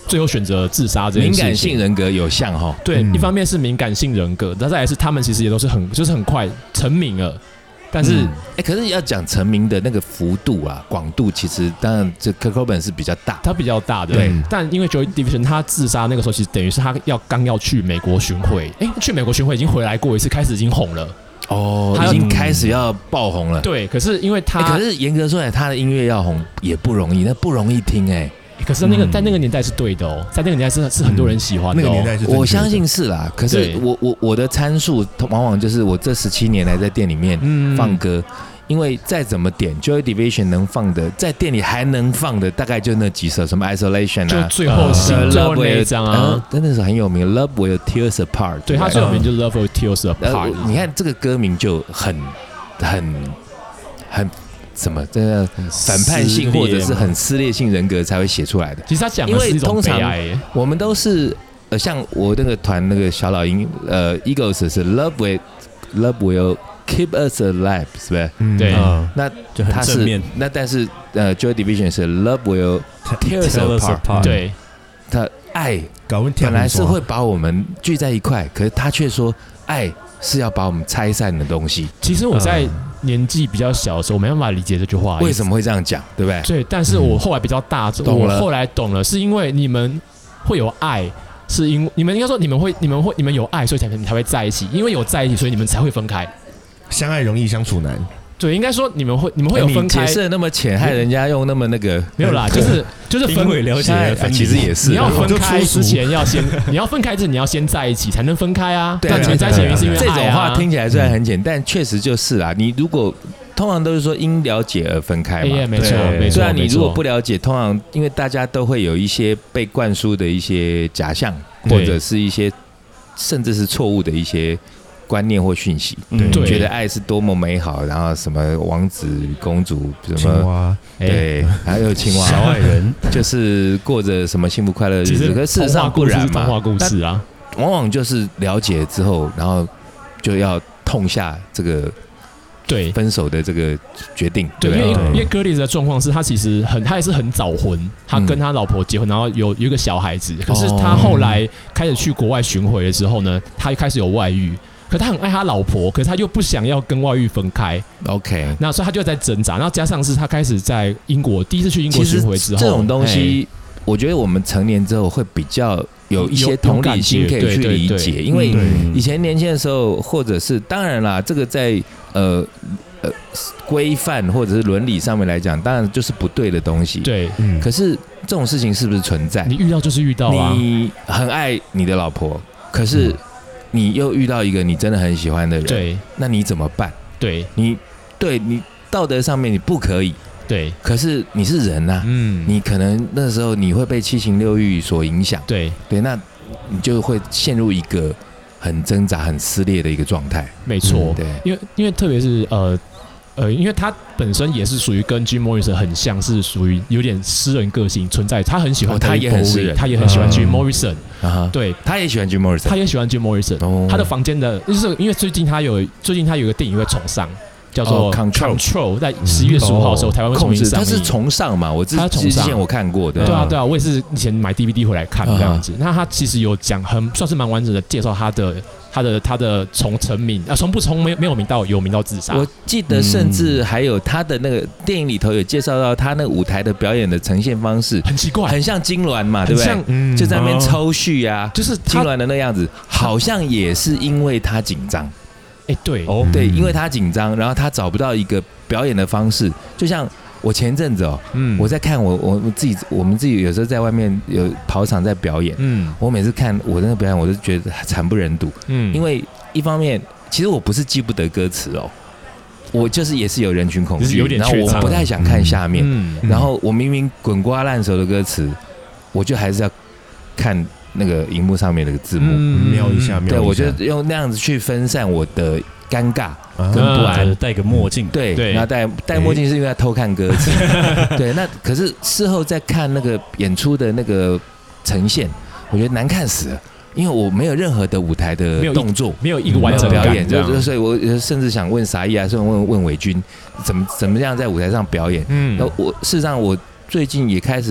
最后选择自杀这件事情。 敏感性人格有像哈， 对， 嗯、 一方面是敏感性人格，那再来是他们其实也都是很就是很快成名了。但是，哎、 嗯欸，可是要讲成名的那个幅度啊、广度，其实当然这 Kurt Cobain 是比较大， 他比较大的。 对， 但因为 Joy Division 他自杀那个时候，其实等于是他要刚要去美国巡回，哎、欸，去美国巡回已经回来过一次，开始已经红了。 哦，他已经开始要爆红了。 对，可是因为他， 欸、可是严格说来，他的音乐要红也不容易，那不容易听哎、欸。 可是那个、嗯、在那个年代是对的哦，在那个年代是是很多人喜欢的、哦嗯。 那个年代是我相信是啦。可是我我我的参数往往就是我这十七年来在店里面放歌。嗯因为再怎么点 Joy Division 能放的，在店里还能放的，大概就那几首，什么 Isolation 啊， 就最后新、呃、最后那一张啊， 真的是很有名 ，Love Will Tears Apart。 对，他最有名就是 Love Will Tears Apart、呃。 你看这个歌名就很很很什么，这个反叛性或者是很撕裂性人格才会写出来的。 其实他讲的是一种悲哀，因为通常我们都是呃，像我那个团那个小老鹰呃 Eagles 是 Love Will Love Will Keep us alive， 是不是？ 嗯，对。 嗯、那就很正面。 那但是呃 ，Joy Division 是 Love will tear us apart。 对， 他爱本来是会把我们聚在一块，可是他却说爱是要把我们拆散的东西。 其实我在年纪比较小的时候，我没办法理解这句话为什么会这样讲，对不对？ 对，但是我后来比较大，嗯、我后来懂了，是因为你们会有爱。是因为你们应该说你们会你们会你们有爱，所以才你才会在一起，因为有在一起，所以你们才会分开。 相爱容易相处难。 对，应该说你们会你们会有分开。 你解释的那么浅，害人家用那么那个没有啦，就是就是分会了解的分， 其实也是你要分开之前要先你要分开之前你要先在一起才能分开啊。 对啊， 你们在一起原因是因为爱啊。 这种话听起来虽然很简单，但确实就是啦。你如果通常都是说因了解而分开嘛， 没错没错。 虽然你如果不了解，通常因为大家都会有一些被灌输的一些假象，或者是一些甚至是错误的一些观念或讯息，对，觉得爱是多么美好，然后什么王子公主什么，对，还有青蛙小矮人， 就是过着什么幸福快乐的日子。可是事实上不然嘛， 童话故事啊， 往往就是了解之后，然后就要痛下这个。 对分手的这个决定， 对，因为因为 Gerlitz 的状况是他其实很他也是很早婚，他跟他老婆结婚，然后有有一个小孩子，可是他后来开始去国外巡回的时候呢，他就开始有外遇，可他很爱他老婆，可是他又不想要跟外遇分开 ，OK， 那所以他就在挣扎，然后加上是他开始在英国第一次去英国巡回之后， 这种东西，我觉得我们成年之后会比较。有一些同理心可以去理解，因为以前年轻的时候，或者是当然啦，这个在呃呃规范或者是伦理上面来讲，当然就是不对的东西。 对， 嗯。可是这种事情是不是存在？ 你遇到就是遇到啊。 你很爱你的老婆，可是你又遇到一个你真的很喜欢的人， 对， 那你怎么办？ 对， 你对你道德上面你不可以。 对， 可是你是人呐、啊，嗯，你可能那时候你会被七情六欲所影响， 对对，那你就会陷入一个很挣扎、很撕裂的一个状态。 没错、嗯， 对， 因为因为特别是呃呃，因为他本身也是属于跟 Jim Morrison 很像，是属于有点诗人个性存在。他很喜欢、哦， 他也很诗人， 他也很喜欢 Jim Morrison，、 嗯、 对， 他也喜欢 Jim Morrison， 他也喜欢 Jim Morrison、哦。他的房间的，就是因为最近他有最近他有一个电影会重上。叫做 Control，, Control 在十一月十五号的时候，台湾会重新上映。 它是重上嘛？我之之前我看过的。 对啊，对啊，我也是以前买 D V D 回来看这样子。那他其实有讲很算是蛮完整的介绍他的他的他的从成名啊，从不从没没有名到有名到自杀。 我记得甚至还有他的那个电影里头有介绍到他那个舞台的表演的呈现方式， 很奇怪， 很像金銮嘛，对不对？嗯、就在那边抽蓄啊，就是金銮的那样子，好像也是因为他紧张。 哎、欸，对， 哦，对，因为他紧张，然后他找不到一个表演的方式，就像我前阵子哦，嗯，我在看我我自己，我们自己有时候在外面有跑场在表演，嗯，我每次看我那个表演，我就觉得惨不忍睹，嗯，因为一方面，其实我不是记不得歌词哦，我就是也是有人群恐惧， 有点然后我不太想看下面， 嗯嗯、然后我明明滚瓜烂熟的歌词，我就还是要看。那个荧幕上面的字幕， 瞄、嗯、一下，瞄一下。 对，我就用那样子去分散我的尴尬跟不安。 啊、戴个墨镜， 对，对然后戴戴墨镜是因为他偷看歌词。欸、对，那可是事后再看那个演出的那个呈现，我觉得难看死了，因为我没有任何的舞台的动作， 没有一个完整的表演，就所以我甚至想问傻义啊，甚至问问伟君，怎么怎么样在舞台上表演？嗯，那我事实上我最近也开始。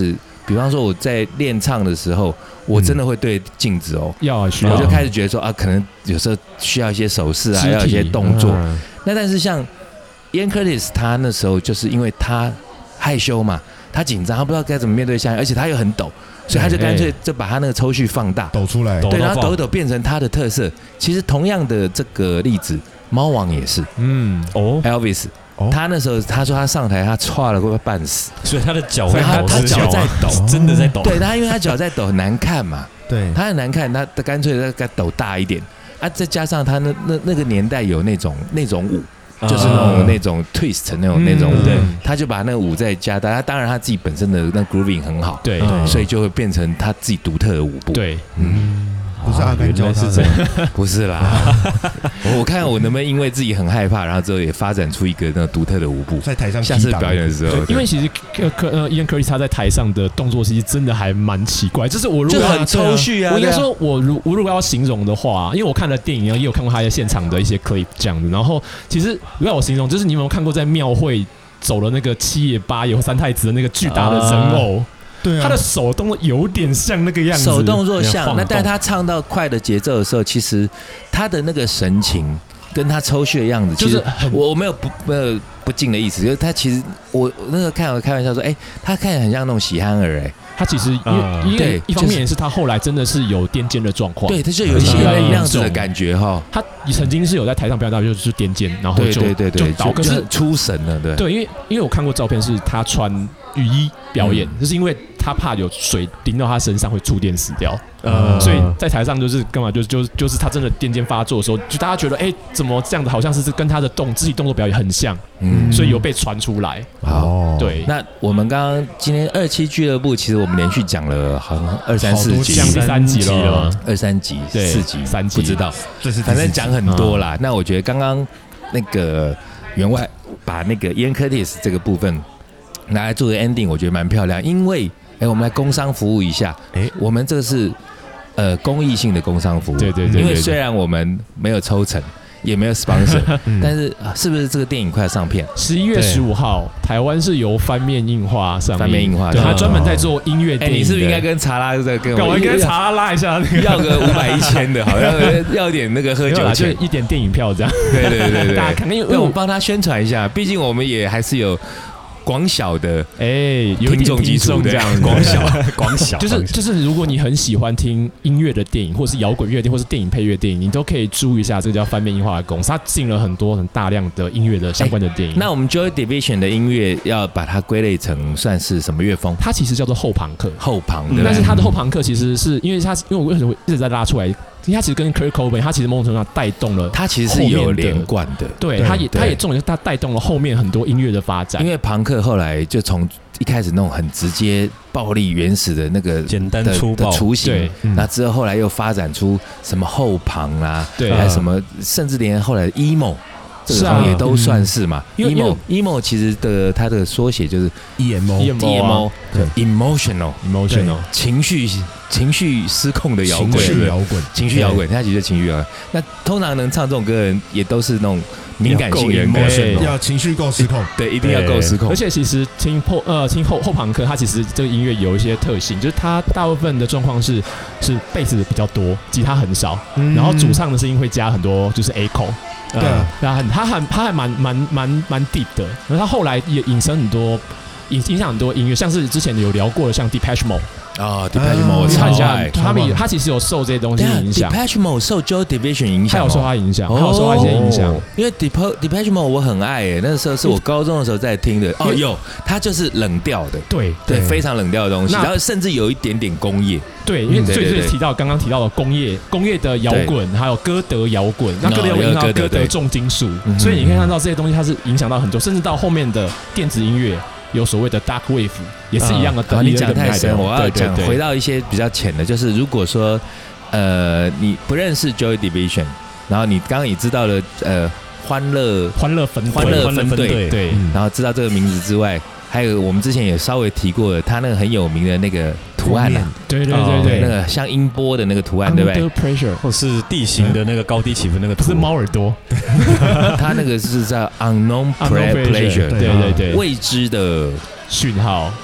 比方说我在练唱的时候，我真的会对镜子哦， 要啊需要， 我就开始觉得说啊，可能有时候需要一些手势啊，要一些动作。嗯、那但是像 Ian Curtis 他那时候就是因为他害羞嘛，他紧张，他不知道该怎么面对下面，而且他又很抖。所以他就干脆就把他那个抽蓄放大， 抖出来， 对，然后抖一抖变成他的特色。其实同样的这个例子，猫王也是，嗯，哦 ，Elvis，哦，他那时候他说他上台他踹了快半死， 所以他的脚会他他脚在抖， 真的在抖， 对，他因为他脚在抖很难看嘛， 对， 他很难看，他他干脆他抖大一点啊，再加上他那那那个年代有那种那种舞。就是那种、uh, 那种 twist 那种、嗯、那种，对，他就把那个舞再加大，他当然他自己本身的那 grooving 很好， 对， 所以就会变成他自己独特的舞步， 对， 嗯。不是阿甘教他的， 不是啦。我看我能不能因为自己很害怕，然后之后也发展出一个那独特的舞步， 在台上下次表演的时候。 因为其实呃，Ian Curtis 他在台上的动作其实真的还蛮奇怪，就是我如果就很抽蓄啊。 我应该说，我如我如果要形容的话，因为我看了电影，也有看过他在现场的一些 clip 这样子。然后其实如果我形容，就是你有没有看过在庙会走了那个七爷八爷或三太子的那个巨大的人偶？啊对啊、 他的手动作有点像那个样子， 手动作像，那但是他唱到快的节奏的时候，其实他的那个神情跟他抽蓄的样子，其实我我没有不没有不敬的意思，就是他其实我那个看我开玩笑说，哎、欸，他看起来很像那种喜憨儿，哎， 他其实因为因为一方面也是他后来真的是有癫痫的状况， 对，他就有一些那样子的感觉哈。他曾经是有在台上表演到就是癫痫，然后就对对对就倒，可是出神了，对对，因为因为我看过照片，是他穿雨衣表演，嗯、就是因为他怕有水淋到他身上会触电死掉，呃，所以在台上就是干嘛就就就是他真的癫痫发作的时候，就大家觉得哎、欸、怎么这样子，好像是跟他的动肢体动作表演很像，嗯，所以有被传出来。 好， 对， 那我们刚刚今天二期俱乐部，其实我们连续讲了好像二三四集， 讲第三集了， 二三集、四集、 三集不知道，反正讲很多啦。那我觉得刚刚那个员外把那个 Ian Curtis 这个部分拿来做个 ending， 我觉得蛮漂亮，因为。哎、欸，我们来工商服务一下。哎、欸，我们这个是呃公益性的工商服务， 对对 对, 对, 对。 因为虽然我们没有抽成，也没有 sponsor，、嗯、但是、啊、是不是这个电影快要上片？ 十一月十五号，台湾是由翻面印画上映， 翻面印画， 对，他专门在做音乐电影、欸。 你是不是应该跟查拉在跟我？ 我应该查拉拉一下、那个， 要个五百一千的，好像要点那个喝酒钱， 就一点电影票这样。 对对对对， 大家看，因为我帮他宣传一下，毕竟我们也还是有。广小的哎、欸，有一点听众这样， 广小广小， 就是就是，如果你很喜欢听音乐的电影，或是摇滚乐电影，或是电影配乐电影，你都可以注意一下这个叫翻面印画的公司，它进了很多很大量的音乐的相关的电影。 欸、那我们 Joy Division 的音乐要把它归类成算是什么乐风？ 它其实叫做后朋克， 后朋的、 嗯，但是它的后朋克其实是因为它，因为我为什么一直在拉出来？因为他其实跟 Kurt Cobain， 他其实某种程度上带动了， 他其实是有连贯的， 对，他也他也重点是他带动了后面很多音乐的发展。 因为朋克后来就从一开始那种很直接、暴力、原始的那个简单粗暴的雏形，那、嗯、之后后来又发展出什么后朋啦， 对， 还有什么，甚至连后来的 emo。这个行业都算是嘛，因为 emo emo 其实的它的缩写就是 E M O E M O 对 emotional emotional 情绪情绪失控的摇滚， 情绪摇滚， 情绪摇滚，它其实情绪摇滚。那通常能唱这种歌的人，也都是那种敏感性人格， 要情绪够失控， 对，一定要够失控。 而且其实听后呃听后后朋克，它其实这个音乐有一些特性，就是它大部分的状况是是贝斯比较多，吉他很少，嗯、然后主唱的声音会加很多就是 echo。 对啊， 然后他很他还蛮蛮蛮蛮 deep 的，然后他后来也引申很多影影响很多音乐，像是之前有聊过的，像 Depeche Mode 啊 ，Depeche Mode 我超爱， 他们他其实有受这些东西影响 ，Depeche Mode 受 Joy Division 影响， 他有受他影响，他有受他一些影响， 因为 Depeche Depeche Mode 我很爱诶，那时候是我高中的时候在听的，哦有，它就是冷调的， 对对，非常冷调的东西，然后甚至有一点点工业。 对，因为所以所以提到刚刚提到的工业工业的摇滚，还有歌德摇滚，那歌德摇滚还有歌德重金属，所以你可以看到这些东西它是影响到很多，甚至到后面的电子音乐有所谓的 dark wave 也是一样的。 啊、你讲太深，我要讲回到一些比较浅的，就是如果说呃你不认识 Joy Division， 然后你刚刚也知道了呃欢乐欢乐分欢乐分队， 对， 然后知道这个名字之外。还有我们之前也稍微提过的，他那个很有名的那个图案啊， 对对对对， 那个像音波的那个图案，对不对 ？Under pressure， 或是地形的那个高低起伏那个图， 是猫耳朵， 他那个是叫 unknown pleasure， 对对对， 未知的讯号。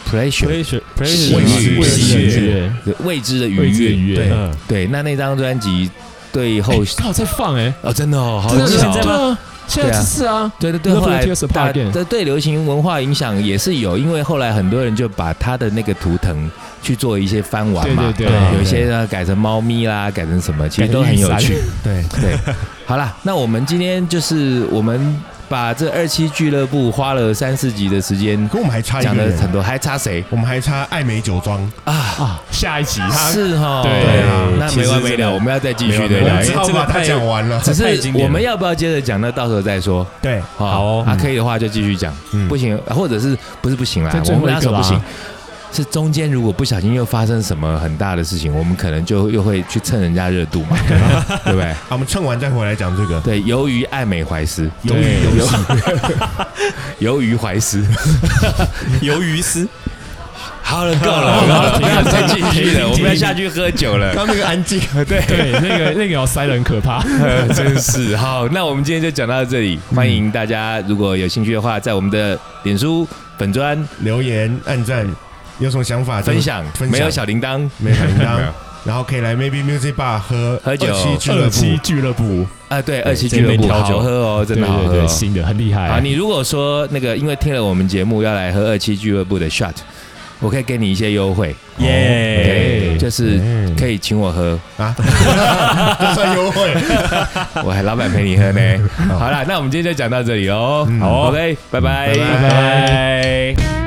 pleasure pleasure 喜悦，未知的愉悦， 对对。那那张专辑对后刚好在放哎， 哦，真的哦，好真的巧对啊。现在是啊， 对对对，后来大的对流行文化影响也是有，因为后来很多人就把他的那个图腾去做一些翻玩嘛， 对对对， 有一些呢改成猫咪啦，改成什么，其实都很有趣。 对对，好啦，那我们今天就是我们把这二期俱乐部花了三四集的时间， 可我们还差一个讲了很多，还差谁？ 我们还差爱美酒庄啊啊！下一集他是哈， 对啊，那没完没了，我们要再继续的聊， 只好把它讲完了。 只是我们要不要接着讲？那到时候再说。 对， 好哦，啊，可以的话就继续讲，不行，或者是不是不行啦？我们那时候不行。是中间如果不小心又发生什么很大的事情，我们可能就又会去蹭人家热度嘛，对不对？ 啊，我们蹭完再回来讲这个。 对，由于爱美怀斯， 鱿鱼游戏， 鱿鱼怀斯， 鱿鱼丝。 好了，够了，够了，不要再继续了，我们要下去喝酒了。 刚那个安静， 对对，那个那个要塞得很可怕， 真是。好，那我们今天就讲到这里，欢迎大家如果有兴趣的话，在我们的脸书粉专留言、按赞。有什么想法分享？没有小铃铛， 没有小铃铛，然后可以来 Maybe Music Bar 喝喝酒。 二期俱乐部啊，对，二期俱乐部好喝哦，真的好喝哦， 新的很厉害啊！你如果说那个因为听了我们节目要来喝二期俱乐部的 shot， 我可以给你一些优惠，耶，就是可以请我喝啊， 这算优惠， 我还老板陪你喝呢。好啦，那我们今天就讲到这里喽，好 ，OK， 拜拜， 拜拜。